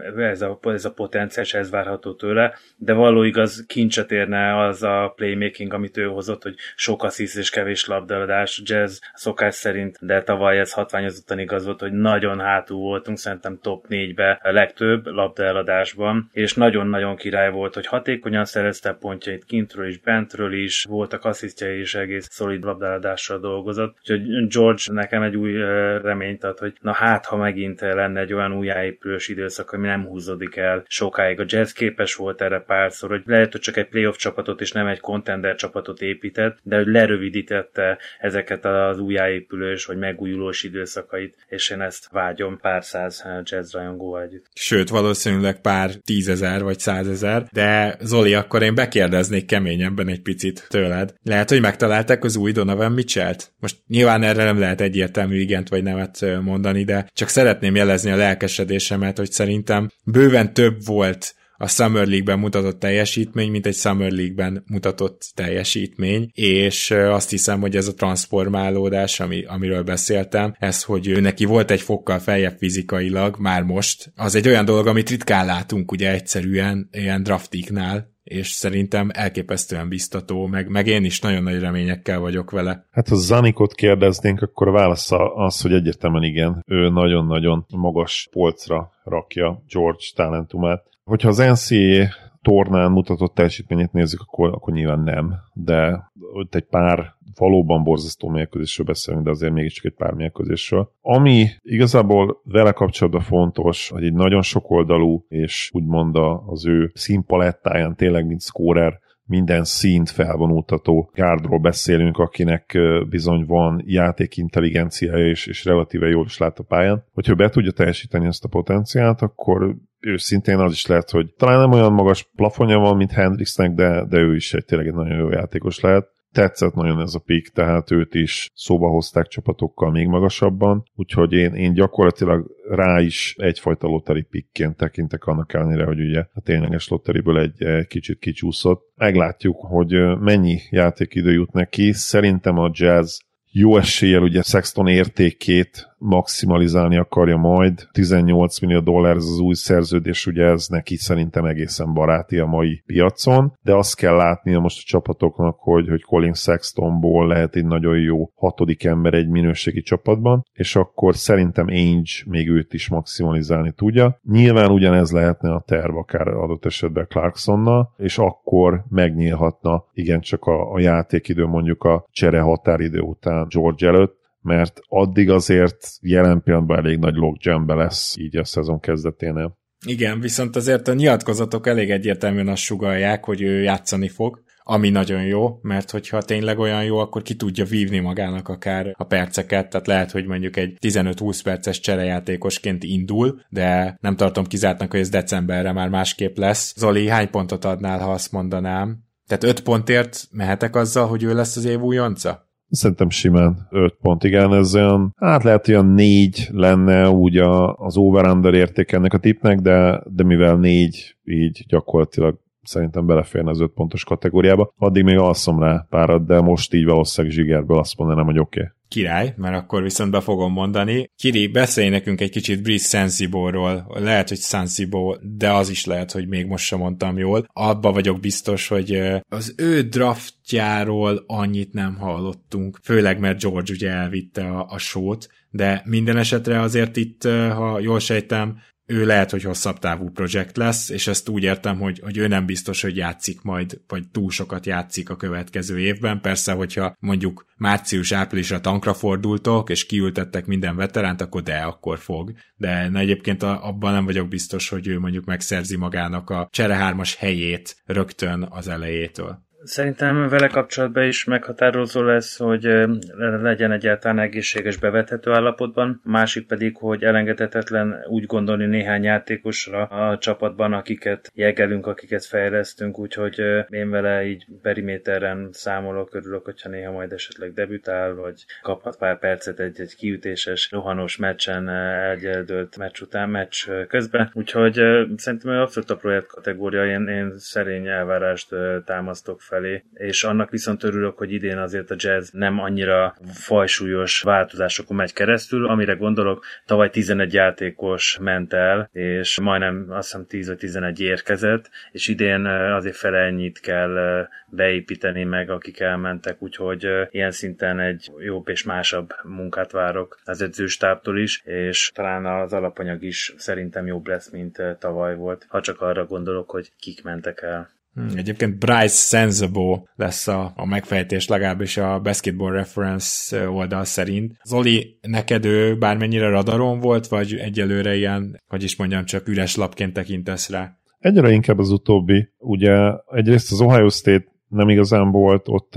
ez a potenciális, ez várható tőle, de való igaz kincset érne az a playmaking, amit ő hozott, hogy sok assist és kevés labdaadás, Jazz szokás szerint, de tavaly ez hatványozottan igaz volt, hogy nagyon hátul voltunk, szerintem top 4-be a legtöbb labdaeladásban, és nagyon-nagyon király volt, hogy hatékonyan szerezte pontjait kintről is, bentről is, voltak asszisztjai is, egész szolid labdaeladással dolgozott, úgyhogy George nekem egy új reményt ad, hogy na hát, ha megint lenne egy olyan újjáépülős időszak, ami nem húzódik el sokáig. A Jazz képes volt erre párszor, hogy lehet, hogy csak egy playoff csapatot és nem egy contender csapatot épített, de hogy lerövidítette ezeket az újjáépülős vagy megújulós időszakait, és én ezt vágyom pár száz Jazz rajongóval együtt. Sőt, valószínűleg pár 10 000 vagy 100 000, de Zoli, akkor én bekérdeznék keményebben egy picit tőled. Lehet, hogy megtalálták az új Donovan Mitchellt? Most nyilván erre nem lehet egyértelmű igent vagy nemet mondani, de csak szeretném jelezni a lelkesedésemet, hogy szerintem bőven több volt a Summer League-ben mutatott teljesítmény, mint egy Summer League-ben mutatott teljesítmény, és azt hiszem, hogy ez a transformálódás, amiről beszéltem, ez, hogy ő neki volt egy fokkal feljebb fizikailag, már most, az egy olyan dolog, amit ritkán látunk ugye egyszerűen ilyen draftiknál, és szerintem elképesztően biztató, meg én is nagyon nagy reményekkel vagyok vele. Hát ha Zanikot kérdeznénk, akkor a válasz az, hogy egyértelműen igen. Ő nagyon-nagyon magas polcra rakja George talentumát. Hogyha az NCAA tornán mutatott teljesítményét nézzük, akkor nyilván nem, de ott egy pár valóban borzasztó mérkőzésről beszélünk, de azért mégiscsak egy pár mérkőzésről. Ami igazából vele kapcsolatban fontos, hogy egy nagyon sokoldalú, és úgymond az ő színpalettáján tényleg mint scorer minden színt felvonultató gárdról beszélünk, akinek bizony van játékintelligenciája és relatíve jól is lát a pályán. Hogyha be tudja teljesíteni ezt a potenciált, akkor őszintén az is lehet, hogy talán nem olyan magas plafonja van, mint Hendricksnek, de ő is tényleg egy nagyon jó játékos lehet. Tetszett nagyon ez a pick, tehát őt is szóba hozták csapatokkal még magasabban, úgyhogy én gyakorlatilag rá is egyfajta lottery pickként tekintek annak ellenére, hogy ugye a tényleges lotteriből egy kicsit kicsúszott. Meglátjuk, hogy mennyi játékidő jut neki. Szerintem a Jazz jó eséllyel ugye Sexton értékét maximalizálni akarja majd. $18 millió ez az új szerződés, ugye ez neki szerintem egészen baráti a mai piacon, de azt kell látnia most a csapatoknak, hogy Colin Sextonból lehet egy nagyon jó hatodik ember egy minőségi csapatban, és akkor szerintem Ainge még őt is maximalizálni tudja. Nyilván ugyanez lehetne a terv akár adott esetben Clarksonnal, és akkor megnyílhatna igencsak a játékidő mondjuk a csere határidő után George előtt, mert addig azért jelen pillanatban elég nagy logjambe lesz így a szezon kezdeténél. Igen, viszont azért a nyilatkozatok elég egyértelműen azt sugallják, hogy ő játszani fog, ami nagyon jó, mert hogyha tényleg olyan jó, akkor ki tudja vívni magának akár a perceket, tehát lehet, hogy mondjuk egy 15-20 perces cserejátékosként indul, de nem tartom kizártnak, hogy ez decemberre már másképp lesz. Zoli, hány pontot adnál, ha azt mondanám? Tehát 5 pontért mehetek azzal, hogy ő lesz az év újonca? Szerintem simán 5 pont, igen, ez olyan, hát lehet olyan 4 lenne úgy az over-under érték ennek a tippnek, de mivel 4 így gyakorlatilag szerintem beleférne az 5 pontos kategóriába. Addig még alszom rá párat, de most így valószínűleg zsigerből azt mondanám, hogy oké. Király, mert akkor viszont be fogom mondani. Kiri, beszélj nekünk egy kicsit Brice Sensible-ról. Lehet, hogy Sensible, de az is lehet, hogy még most sem mondtam jól. Abba vagyok biztos, hogy az ő draftjáról annyit nem hallottunk, főleg mert George ugye elvitte a sót, de minden esetre azért itt, ha jól sejtem, ő lehet, hogy hosszabb távú projekt lesz, és ezt úgy értem, hogy ő nem biztos, hogy játszik majd, vagy túl sokat játszik a következő évben. Persze, hogyha mondjuk március-áprilisra tankra fordultok, és kiültettek minden veteránt, akkor fog. De egyébként abban nem vagyok biztos, hogy ő mondjuk megszerzi magának a cserehármas helyét rögtön az elejétől. Szerintem vele kapcsolatban is meghatározó lesz, hogy legyen egyáltalán egészséges, bevethető állapotban, másik pedig, hogy elengedhetetlen úgy gondolni néhány játékosra a csapatban, akiket jegelünk, akiket fejlesztünk, úgyhogy én vele így periméteren számolok, örülök, hogyha néha majd esetleg debütál, vagy kaphat pár percet egy kiütéses, rohanós meccsen, eldőlt meccs közben, úgyhogy szerintem abszolút a projekt kategória, én szerény elvárást támasztok felé, és annak viszont örülök, hogy idén azért a Jazz nem annyira fajsúlyos változásokon megy keresztül, amire gondolok, tavaly 11 játékos ment el, és majdnem azt hiszem 10 vagy 11 érkezett, és idén azért fele ennyit kell beépíteni meg, akik elmentek, úgyhogy ilyen szinten egy jobb és másabb munkát várok az edzőstábtól is, és talán az alapanyag is szerintem jobb lesz, mint tavaly volt, ha csak arra gondolok, hogy kik mentek el. Egyébként Brice Sensible lesz a megfejtés, legalábbis a Basketball Reference oldal szerint. Zoli, neked ő bármennyire radaron volt, vagy egyelőre ilyen, hogy is mondjam, csak üres lapként tekintesz rá? Egyre inkább az utóbbi. Ugye egyrészt az Ohio State nem igazán volt ott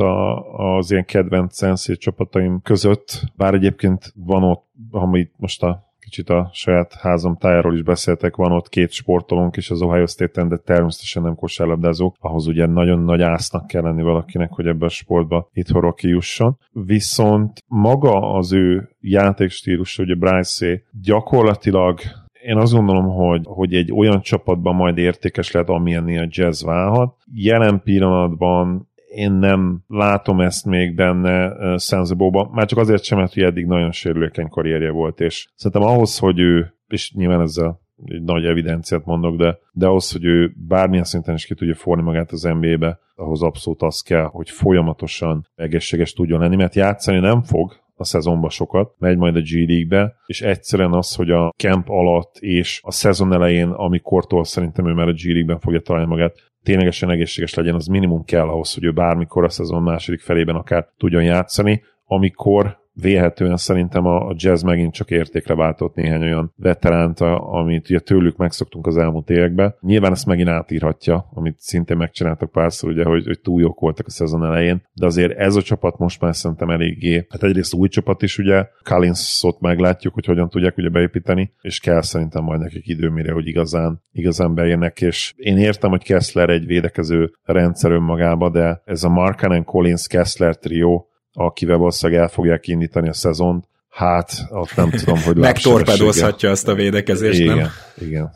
az ilyen kedvenc NCAA csapataim között, bár egyébként van ott, amit most kicsit a saját házam tájáról is beszéltek, van ott 2 sportolónk is az Ohio State-en, de természetesen nem kosárlabdázók. Ahhoz ugye nagyon nagy ásznak kell lenni valakinek, hogy ebbe a sportba itthonról kijusson. Viszont maga az ő játékstílusa, ugye Bryce gyakorlatilag én azt gondolom, hogy egy olyan csapatban majd értékes lehet, amilyennél a Jazz válhat. Jelen pillanatban én nem látom ezt még benne Sensible-ban, már csak azért sem, mert eddig nagyon sérülékeny karrierje volt, és szerintem ahhoz, hogy ő, és nyilván ezzel egy nagy evidenciát mondok, de ahhoz, hogy ő bármilyen szinten is ki tudja forni magát az NBA-be, ahhoz abszolút az kell, hogy folyamatosan egészséges tudjon lenni, mert játszani nem fog a szezonba sokat, megy majd a G League-be, és egyszerűen az, hogy a camp alatt és a szezon elején, amikortól szerintem ő már a G League-ben fogja találni magát, ténylegesen egészséges legyen, az minimum kell ahhoz, hogy ő bármikor a szezon második felében akár tudjon játszani, amikor vélhetően szerintem a Jazz megint csak értékre váltott néhány olyan veteránt, amit ugye tőlük megszoktunk az elmúlt években. Nyilván ezt megint átírhatja, amit szintén megcsináltak párszor, ugye, hogy túl jók voltak a szezon elején, de azért ez a csapat most már szerintem eléggé, hát egyrészt új csapat is, ugye, Collinsot meglátjuk, hogy hogyan tudják ugye beépíteni, és kell szerintem majd nekik idő, mire, hogy igazán bejönnek, és én értem, hogy Kessler egy védekező rendszer önmagába, de ez a Markkanen, Collins, Kessler trió, akivel valószínűleg el fogják indítani a szezont, hát ott nem tudom, hogy megtorpedozhatja azt a védekezést, igen, nem? Igen.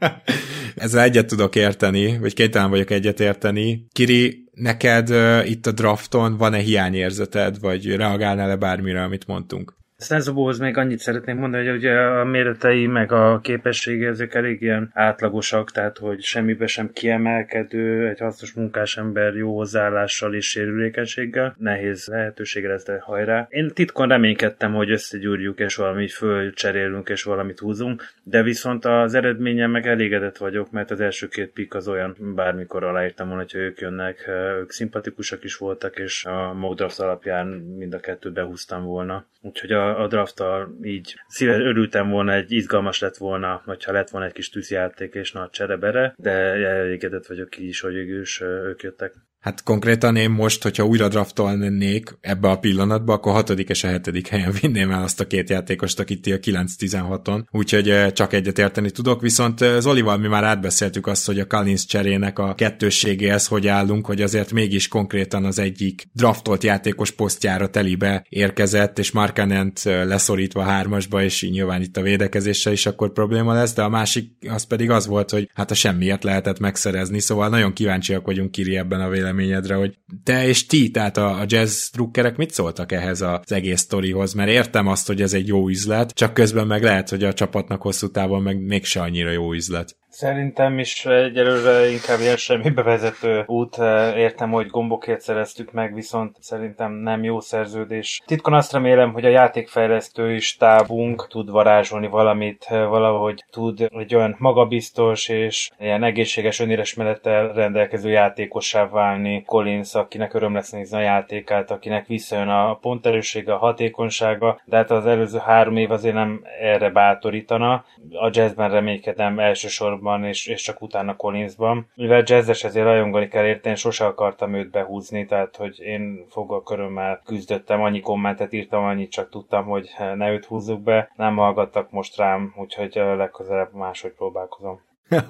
Ezzel egyet tudok érteni, vagy képtelen vagyok egyet érteni. Kiri, neked itt a drafton van-e hiányérzeted, vagy reagálnál-e bármire, amit mondtunk? Szenzobóhoz még annyit szeretnék mondani, hogy ugye a méretei meg a képessége ezek elég ilyen átlagosak, tehát hogy semmibe sem kiemelkedő, egy hasznos munkás ember jó hozzáállással és sérülékenységgel. Nehéz lehetőségre lesz, de hajrá. Én titkon reménykedtem, hogy összegyúrjuk és valamit fölcserélünk és valamit húzunk, de viszont az eredményen meg elégedett vagyok, mert az első két pick az olyan, bármikor aláírtam volna, hogyha ők jönnek, ők szimpatikusak is voltak, és a mock draft alapján mind a kettőt behúztam volna. Úgyhogy a drafttal így örültem volna, egy izgalmas lett volna, hogyha lett volna egy kis tűzjáték és nagy cserebere, de elégedett vagyok így is, hogy ők jöttek. Hát konkrétan én most, hogyha újra draftolnék ebbe a pillanatba, akkor 6. és a 7. helyen vinném el azt a két játékost, akit ti a 9-16-on, úgyhogy csak egyet érteni tudok, viszont Zolival mi már átbeszéltük azt, hogy a Collins cserének a kettősségéhez hogy állunk, hogy azért mégis konkrétan az egyik draftolt játékos posztjára telibe érkezett, és Markkanent leszorítva 3-asba, és nyilván itt a védekezéssel is akkor probléma lesz, de a másik az pedig az volt, hogy hát a semmiért lehetett megszerezni, szóval nagyon kíváncsiak vagyunk, Kiri, ebben a véleményedre, hogy te és ti, tehát a Jazz drukkerek mit szóltak ehhez az egész sztorihoz, mert értem azt, hogy ez egy jó üzlet, csak közben meg lehet, hogy a csapatnak hosszú távon meg mégse annyira jó üzlet. Szerintem is egyelőre inkább ilyen semmibe vezető út. Értem, hogy gombokért szereztük meg, viszont szerintem nem jó szerződés. Titkon azt remélem, hogy a játékfejlesztői stábunk tud varázsolni valamit, valahogy tud egy olyan magabiztos és ilyen egészséges önéresmelettel rendelkező játékossá válni. Collins, akinek öröm lesz nézni a játékát, akinek visszajön a ponterőssége, a hatékonysága, de hát az előző 3 év azért nem erre bátorítana. A Jazzben reménykedem elsősorban és csak utána Collinsban. Mivel jazzes, ezért rajongani kell érteni, sose akartam őt behúzni, tehát hogy én foggal körömmel küzdöttem, annyi kommentet írtam, annyit csak tudtam, hogy ne őt húzzuk be. Nem hallgattak most rám, úgyhogy legközelebb máshogy próbálkozom.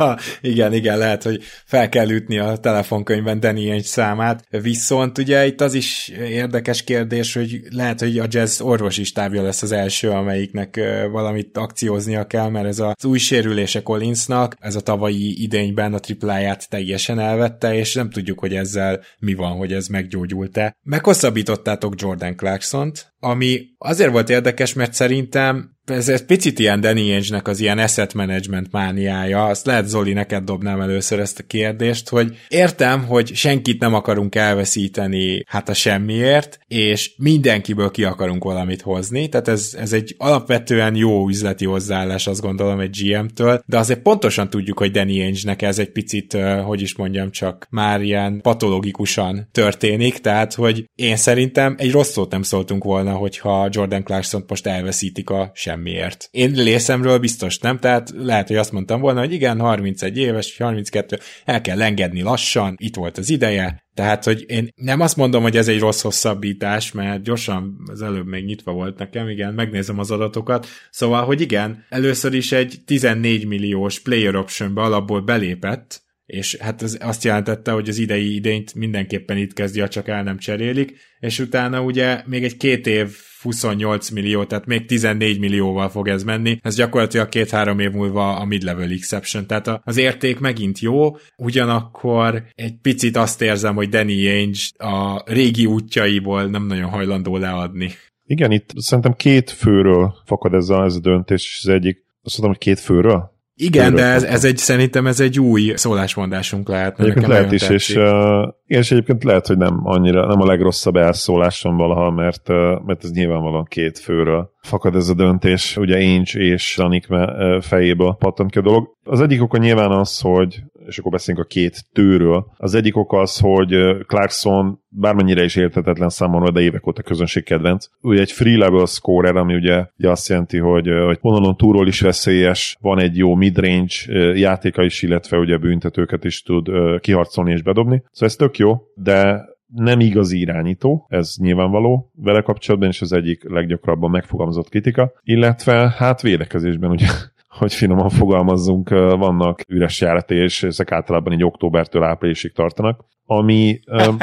Igen, lehet, hogy fel kell ütni a telefonkönyvben Danny Ainge számát, viszont ugye itt az is érdekes kérdés, hogy lehet, hogy a Jazz orvosi stábja lesz az első, amelyiknek valamit akcióznia kell, mert ez az új sérülése Collinsnak, ez a tavalyi idényben a tripláját teljesen elvette, és nem tudjuk, hogy ezzel mi van, hogy ez meggyógyult-e. Meghosszabbítottátok Jordan Clarksont, ami azért volt érdekes, mert szerintem ez egy picit ilyen Danny Ainge-nek az ilyen asset management mániája. Azt lehet, Zoli, neked dobnám először ezt a kérdést, hogy értem, hogy senkit nem akarunk elveszíteni hát a semmiért, és mindenkiből ki akarunk valamit hozni, tehát ez egy alapvetően jó üzleti hozzáállás, azt gondolom, egy GM-től, de azért pontosan tudjuk, hogy Danny Ainge-nek ez egy picit, hogy is mondjam, csak már ilyen patológikusan történik, tehát, hogy én szerintem egy rossz szót nem szóltunk volna, hogyha Jordan Clarksont most elveszítik a semmiért. Én részemről biztos nem, tehát lehet, hogy azt mondtam volna, hogy igen, 31 éves, 32, el kell engedni lassan, itt volt az ideje, tehát, hogy én nem azt mondom, hogy ez egy rossz hosszabbítás, mert gyorsan az előbb még nyitva volt nekem, igen, megnézem az adatokat, szóval, hogy igen, először is egy 14 milliós player optionbe alapból belépett, és hát ez azt jelentette, hogy az idei idényt mindenképpen itt kezdi, csak el nem cserélik, és utána ugye még egy 2 év 28 millió, tehát még 14 millióval fog ez menni, ez gyakorlatilag 2-3 év múlva a mid-level exception, tehát az érték megint jó, ugyanakkor egy picit azt érzem, hogy Danny Ainge a régi útjaiból nem nagyon hajlandó leadni. Igen, itt szerintem 2 főről fakad ez a döntés, és az egyik, azt mondtam, hogy 2 főről? Igen, de szerintem ez egy új szólásmondásunk lehet. Egyébként lehet is, és Igen, és egyébként lehet, hogy nem a legrosszabb elszólásom valaha, mert ez nyilvánvalóan két főről fakad ez a döntés, ugye Ainge és Zanik fejéből pattant ki a dolog. Az egyik oka nyilván az, hogy, és akkor beszélünk a két tőről, az egyik oka az, hogy Clarkson bármennyire is érthetetlen számomra, de évek óta közönségkedvenc. Ugye egy free level scorer, ami ugye azt jelenti, hogy vonalon túlról is veszélyes, van egy jó midrange játéka is, illetve ugye büntetőket is tud kiharcolni és bedobni. Szóval ez tök jó, de nem igazi irányító, ez nyilvánvaló vele kapcsolatban, és az egyik leggyakrabban megfogalmazott kritika, illetve hát védekezésben ugye, hogy finoman fogalmazzunk, vannak üres járatai, és ezek általában így októbertől áprilisig tartanak, ami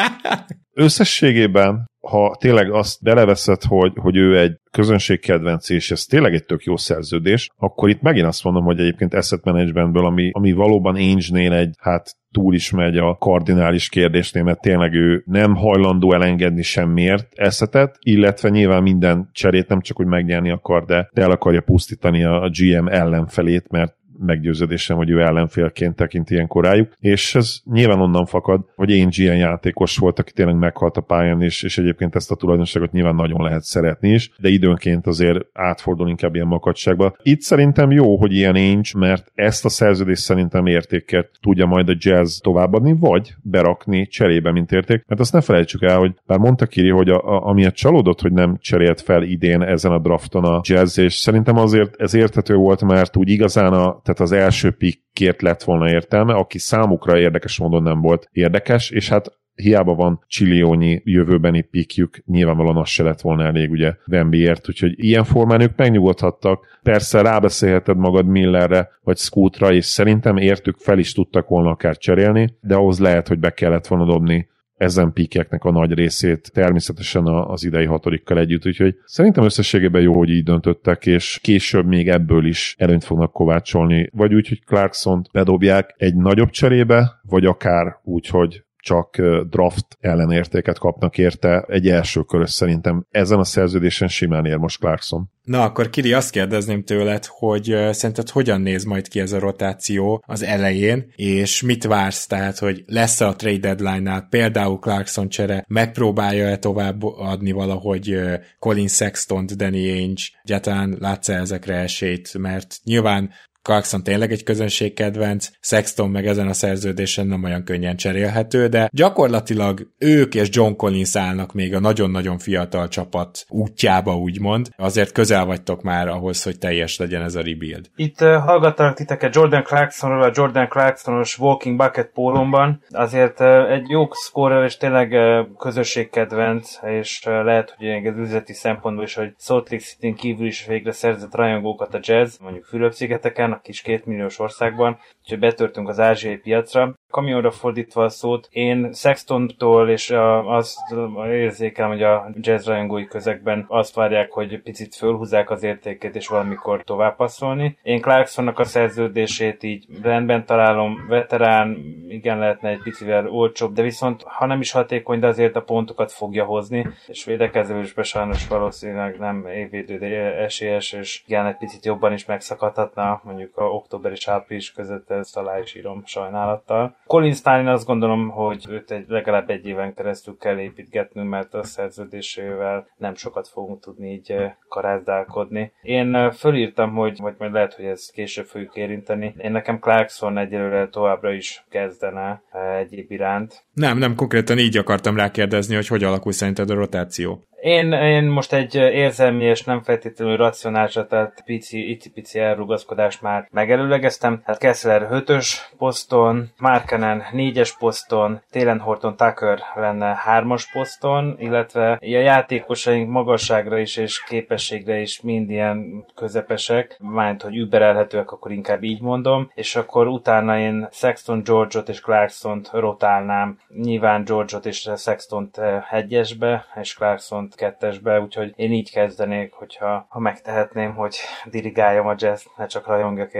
összességében, ha tényleg azt beleveszed, hogy ő egy közönségkedvenc, és ez tényleg egy tök jó szerződés, akkor itt megint azt mondom, hogy egyébként asset managementből, ami valóban Ainge-nél egy, hát túl is megy a kardinális kérdésnél, mert tényleg ő nem hajlandó elengedni semmiért eszetet, illetve nyilván minden cserét nem csak, hogy megnyerni akar, de el akarja pusztítani a GM ellenfelét, mert meggyőződésem, hogy ő ellenfélként tekint ilyenkor rájuk, és ez nyilván onnan fakad, hogy Ainge ilyen játékos volt, aki tényleg meghalt a pályán, és egyébként ezt a tulajdonságot nyilván nagyon lehet szeretni is, de időnként azért átfordul inkább ilyen makacságba. Itt szerintem jó, hogy ilyen Ainge, mert ezt a szerződést szerintem értéket tudja majd a Jazz továbbadni, vagy berakni cserébe, mint érték, mert azt ne felejtsük el, hogy bár mondta Kiri, hogy amiért csalódott, hogy nem cserélt fel idén ezen a drafton a Jazz, és szerintem azért ez érthető volt, mert úgy igazán tehát az első pickért lett volna értelme, aki számukra érdekes módon nem volt érdekes, és hát hiába van csilliónyi jövőbeni pickjük, nyilvánvalóan az se lett volna elég ugye Wembyért, úgyhogy ilyen formán ők megnyugodhattak. Persze rábeszélheted magad Millerre, vagy Scootra, és szerintem értük fel is tudtak volna akár cserélni, de ahhoz lehet, hogy be kellett volna dobni ezen pickeknek a nagy részét, természetesen az idei hatodikkal együtt, úgyhogy szerintem összességében jó, hogy így döntöttek, és később még ebből is előnyt fognak kovácsolni, vagy úgy, hogy Clarksont bedobják egy nagyobb cserébe, vagy akár úgy, hogy csak draft ellenértéket kapnak érte egy első körös, szerintem ezen a szerződésen simán ér most Clarkson. Na, akkor Kiri, azt kérdezném tőled, hogy szerinted hogyan néz majd ki ez a rotáció az elején, és mit vársz, tehát, hogy lesz-e a trade deadline-nál például Clarkson csere, megpróbálja-e tovább adni valahogy Colin Sextont, Danny Ainge, egyáltalán látsz-e ezekre esélyt, mert nyilván Clarkson tényleg egy közönségkedvenc, Sexton meg ezen a szerződésen nem olyan könnyen cserélhető, de gyakorlatilag ők és John Collins állnak még a nagyon-nagyon fiatal csapat útjába, úgymond. Azért közel vagytok már ahhoz, hogy teljes legyen ez a rebuild. Itt hallgattalak titeket Jordan Clarksonról, a Jordan Clarksonos Walking Bucket pólomban. Azért egy jó scorer és tényleg közönségkedvenc, és lehet, hogy ez üzleti szempontból is, hogy Salt Lake Cityn kívül is végre szerzett rajongókat a Jazz, mondjuk Fülöp-szigeteken, a kis 2 milliós országban, úgyhogy betörtünk az ázsiai piacra. Kamionra fordítva a szót, én Sextontól és azt érzékelem, hogy a Jazz rajongói közegben azt várják, hogy picit fölhúzzák az értékét és valamikor tovább passzolni. Én Clarksonnak a szerződését így rendben találom, veterán, igen, lehetne egy picivel olcsóbb, de viszont ha nem is hatékony, de azért a pontokat fogja hozni, és védekezésben sajnos valószínűleg nem évvédő, de esélyes, és igen, egy picit jobban is megszakadhatna, mondjuk a október és április között, ezt alá is írom sajnálattal. Colin Stein, azt gondolom, hogy őt legalább egy éven keresztül kell építgetnünk, mert a szerződésével nem sokat fogunk tudni így karázdálkodni. Én fölírtam, hogy majd lehet, hogy ezt később fogjuk érinteni. Én nekem Clarkson egyelőre továbbra is kezdene egyéb iránt. Nem, konkrétan így akartam rákérdezni, hogy alakul szerinted a rotáció. Én most egy érzelmi és nem feltétlenül racionálisra, tehát pici elrugaszkodást már megelőlegeztem. Hát Kessler 5-ös poszton, Markkanen 4-es poszton, Talen Horton Tucker lenne 3-as poszton, illetve a játékosaink magasságra is és képességre is mind ilyen közepesek, mármint hogy überelhetőek, akkor inkább így mondom, és akkor utána én Sexton, George-ot és Clarksont rotálnám. Nyilván George-ot és Sextont 1-esbe, és Clarksont 2-esbe, úgyhogy én így kezdenék, hogyha megtehetném, hogy dirigáljam a Jazz, ne csak rajongjak értük.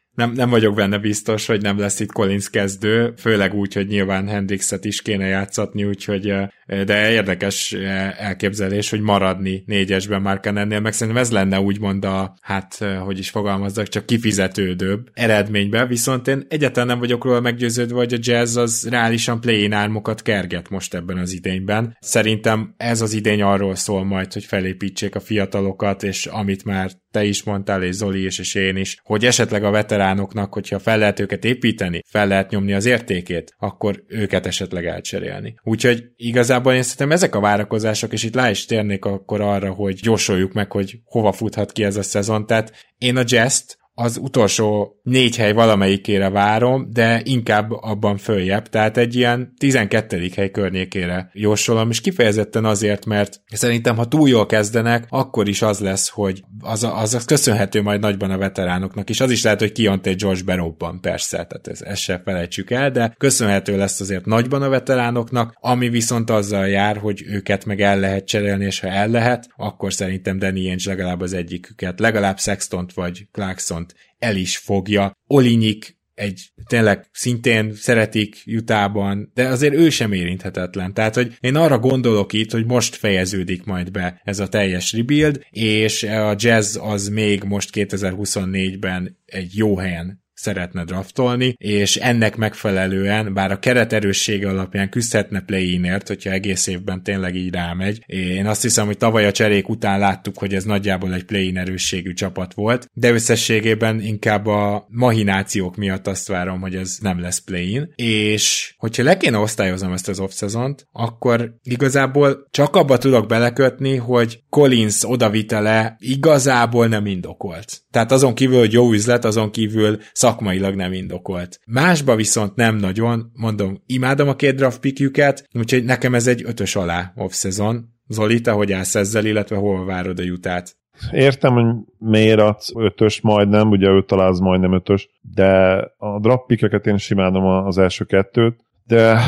Nem vagyok benne biztos, hogy nem lesz itt Collins kezdő, főleg úgy, hogy nyilván Hendrixet is kéne játszatni, úgyhogy de érdekes elképzelés, hogy maradni 4-esben Markkanennél, meg szerintem ez lenne úgymond hogy is fogalmazzak, csak kifizetődőbb eredményben, viszont én egyáltalán nem vagyok róla meggyőződve, hogy a Jazz az reálisan play-in álmokat kerget most ebben az idényben. Szerintem ez az idény arról szól majd, hogy felépítsék a fiatalokat, és amit már te is mondtál, és Zoli is, és én is, hogy esetleg a veteránoknak, hogyha fel lehet őket építeni, fel lehet nyomni az értékét, akkor őket esetleg elcserélni. Úgyhogy igazából én szerintem ezek a várakozások, és itt rá is térnék akkor arra, hogy gyorsoljuk meg, hogy hova futhat ki ez a szezon. Tehát én a Jazz-t az utolsó 4 hely valamelyikére várom, de inkább abban följebb, tehát egy ilyen 12. hely környékére jósolom, és kifejezetten azért, mert szerintem, ha túl jól kezdenek, akkor is az lesz, hogy az köszönhető majd nagyban a veteránoknak, és az is lehet, hogy Keontae George berobban, persze, tehát ezt se felejtsük el, de köszönhető lesz azért nagyban a veteránoknak, ami viszont azzal jár, hogy őket meg el lehet cserélni, és ha el lehet, akkor szerintem Danny Ainge legalább az egyiküket, legalább Sextont vagy Clarksont el is fogja. Olinyik tényleg szintén szeretik Utahban, de azért ő sem érinthetetlen. Tehát, hogy én arra gondolok itt, hogy most fejeződik majd be ez a teljes rebuild, és a Jazz az még most 2024-ben egy jó helyen szeretne draftolni, és ennek megfelelően, bár a keret erőssége alapján küzdhetne play-inért, hogyha egész évben tényleg így rámegy. Én azt hiszem, hogy tavaly a cserék után láttuk, hogy ez nagyjából egy play-in erősségű csapat volt, de összességében inkább a mahinációk miatt azt várom, hogy ez nem lesz play-in, és hogyha le kéne osztályoznom ezt az off-szezont, akkor igazából csak abba tudok belekötni, hogy Collins odavitele igazából nem indokolt. Tehát azon kívül, hogy jó üzlet, azon kívül szakmailag nem indokolt. Másba viszont nem nagyon, mondom, imádom a 2 draft pickjüket, úgyhogy nekem ez egy 5-ös alá off-szezon. Zoli, te hogy állsz ezzel, illetve hol várod a Utah-t? Értem, hogy miért adsz 5-ös majdnem, ugye ő találsz majdnem 5-ös, de a draft pickeket én is imádom az első 2-t, de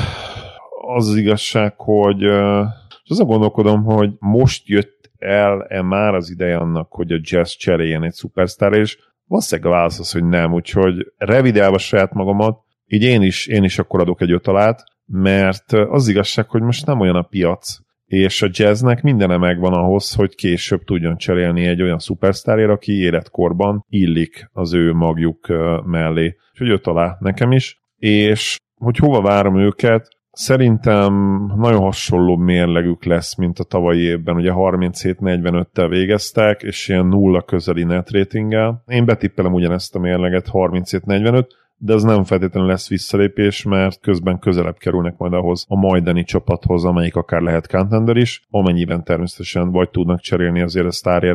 az igazság, hogy azon gondolkodom, hogy most jött el már az ideje annak, hogy a Jazz cseréljen egy szupersztár, és valószínűleg a válasz az, hogy nem, úgyhogy revidálva saját magamat, így én is akkor adok egy 5 alát, mert az igazság, hogy most nem olyan a piac, és a Jazznek mindene megvan ahhoz, hogy később tudjon cserélni egy olyan szupersztárért, aki életkorban illik az ő magjuk mellé. Úgyhogy 5 alá nekem is, és hogy hova várom őket, szerintem nagyon hasonló mérlegük lesz, mint a tavalyi évben, ugye 37-45-tel végeztek, és ilyen 0 közeli net ratinggel. Én betippelem ugyanezt a mérleget, 37-45, de ez nem feltétlenül lesz visszalépés, mert közben közelebb kerülnek majd ahhoz a majdani csapathoz, amelyik akár lehet contender is, amennyiben természetesen vagy tudnak cserélni azért a sztárért,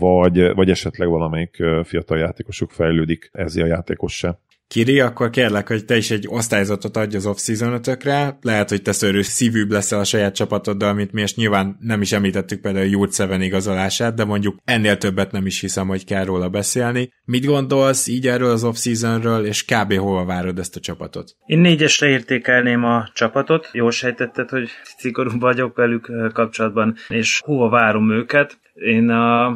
vagy esetleg valamelyik fiatal játékosuk fejlődik ezzel a játékossá. Kiri, akkor kérlek, hogy te is egy osztályzatot adj az off-season-ötökre. Lehet, hogy te szörű szívűbb leszel a saját csapatoddal, mint mi, és nyilván nem is említettük például a Jurt 7 igazolását, de mondjuk ennél többet nem is hiszem, hogy kell róla beszélni. Mit gondolsz így erről az off-seasonről, és kb. Hova várod ezt a csapatot? Én 4-esre értékelném a csapatot. Jól sejtetted, hogy szigorú vagyok velük kapcsolatban, és hova várom őket. Én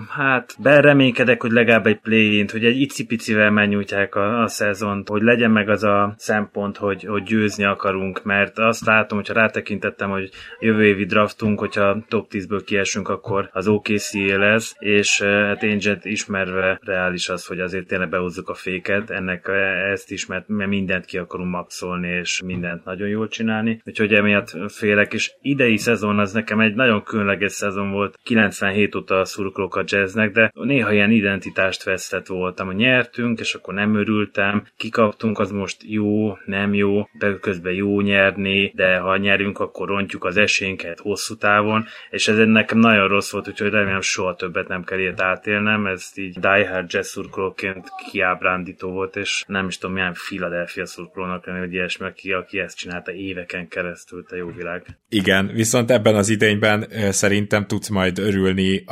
reménykedek, hogy legalább egy play-int, hogy egy icipicivel megnyújtják a szezont, hogy legyen meg az a szempont, hogy győzni akarunk, mert azt látom, hogyha rátekintettem, hogy jövő évi draftunk, hogyha top 10-ből kiesünk, akkor az OKC-é lesz, és hát Ainge-et ismerve reális az, hogy azért tényleg behozzuk a féket, ezt is, mert mindent ki akarunk maxolni, és mindent nagyon jól csinálni, úgyhogy emiatt félek, és idei szezon az nekem egy nagyon különleges szezon volt, 97 óta szurkolok a Jazznek, de néha ilyen identitást vesztett voltam, hogy nyertünk, és akkor nem örültem, kikaptunk, az most jó, nem jó, de közben jó nyerni, de ha nyerünk, akkor rontjuk az esélyünket hosszú távon, és ez nekem nagyon rossz volt, úgyhogy remélem soha többet nem kell ilyet átélnem, ez így diehard Jazz szurkolóként kiábrándító volt, és nem is tudom, milyen Philadelphia szurkolónak lenni, hogy ilyesmi, aki ezt csinálta éveken keresztül, te jó világ. Igen, viszont ebben az idényben szerintem tudsz majd örülni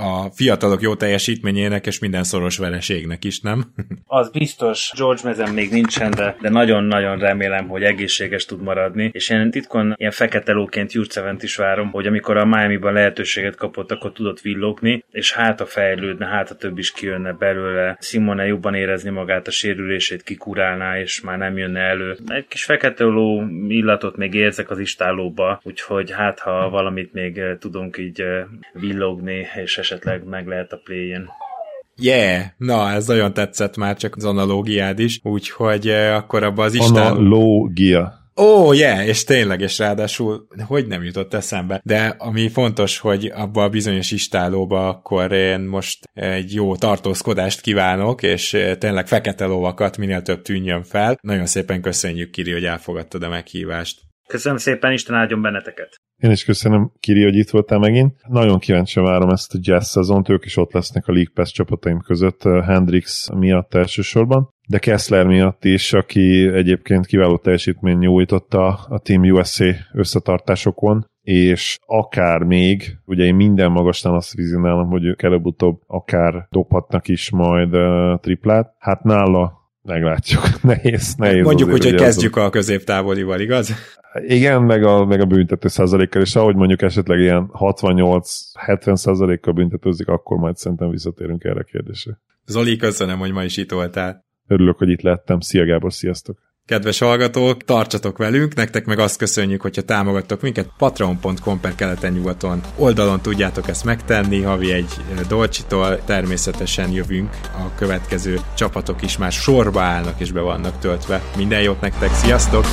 a fiatalok jó teljesítményének és minden szoros vereségnek is, nem? Az biztos, George Mason még nincsen, de nagyon-nagyon remélem, hogy egészséges tud maradni, és én titkon ilyen fekete lóként Jurcevent is várom, hogy amikor a Miami-ban lehetőséget kapott, akkor tudott villogni, és hát a fejlődne, hát a több is kijönne belőle, Simone jobban érezni magát, a sérülését kikurálná, és már nem jönne elő. Egy kis fekete ló illatot még érzek az istálóba, úgyhogy hát ha valamit még tudunk így villogni, és esetleg meg lehet a play-in. Yeah! Na, ez nagyon tetszett már, csak az analógiád is, úgyhogy akkor abban az istáló... Analógia. És tényleg, és ráadásul, hogy nem jutott eszembe, de ami fontos, hogy abban a bizonyos istálóba akkor én most egy jó tartózkodást kívánok, és tényleg fekete lovakat minél több tűnjön fel. Nagyon szépen köszönjük, Kiri, hogy elfogadtad a meghívást. Köszönöm szépen, Isten áldjon benneteket! Én is köszönöm, Kiri, hogy itt voltál megint. Nagyon kíváncsian várom ezt a Jazz szezont, ők is ott lesznek a League Pass csapataim között, Hendricks miatt elsősorban, de Kessler miatt is, aki egyébként kiváló teljesítmény nyújtotta a Team USA összetartásokon, és akár még, ugye én minden magasnál azt vizionálom, hogy ők előbb-utóbb akár dobhatnak is majd triplát, hát nála meglátjuk. Nehéz. Mondjuk úgy, hogy kezdjük a középtávolival, igaz? Igen, meg a büntető százalékkal, és ahogy mondjuk esetleg ilyen 68-70%-kal büntetőzik, akkor majd szerintem visszatérünk erre a kérdésre. Zoli, köszönöm, hogy ma is itt voltál. Örülök, hogy itt lettem. Szia Gábor, sziasztok! Kedves hallgatók, tartsatok velünk, nektek meg azt köszönjük, hogyha támogattok minket, patreon.com/keleten-nyugaton oldalon tudjátok ezt megtenni, havi egy dolcsitól, természetesen jövünk, a következő csapatok is már sorba állnak és be vannak töltve. Minden jót nektek, sziasztok!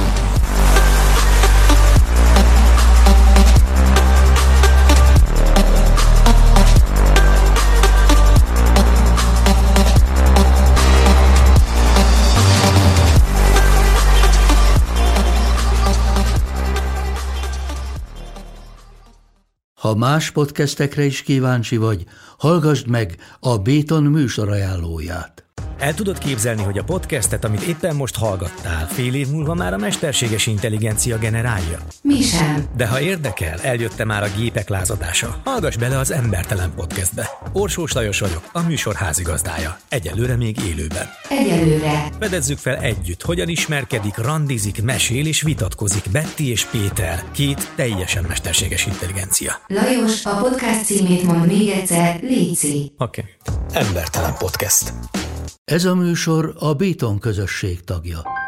Ha más podcastekre is kíváncsi vagy, hallgassd meg a Béton műsor ajánlóját. El tudod képzelni, hogy a podcastet, amit éppen most hallgattál, fél év múlva már a mesterséges intelligencia generálja? Mi sem. De ha érdekel, eljött már a gépek lázadása. Hallgass bele az Embertelen Podcastbe. Orsós Lajos vagyok, a műsor házigazdája. Egyelőre még élőben. Egyelőre. Fedezzük fel együtt, hogyan ismerkedik, randizik, mesél és vitatkozik Betty és Péter, két teljesen mesterséges intelligencia. Lajos, a podcast címét mond még egyszer, léci. Oké. Embertelen Podcast. Ez a műsor a Béton közösség tagja.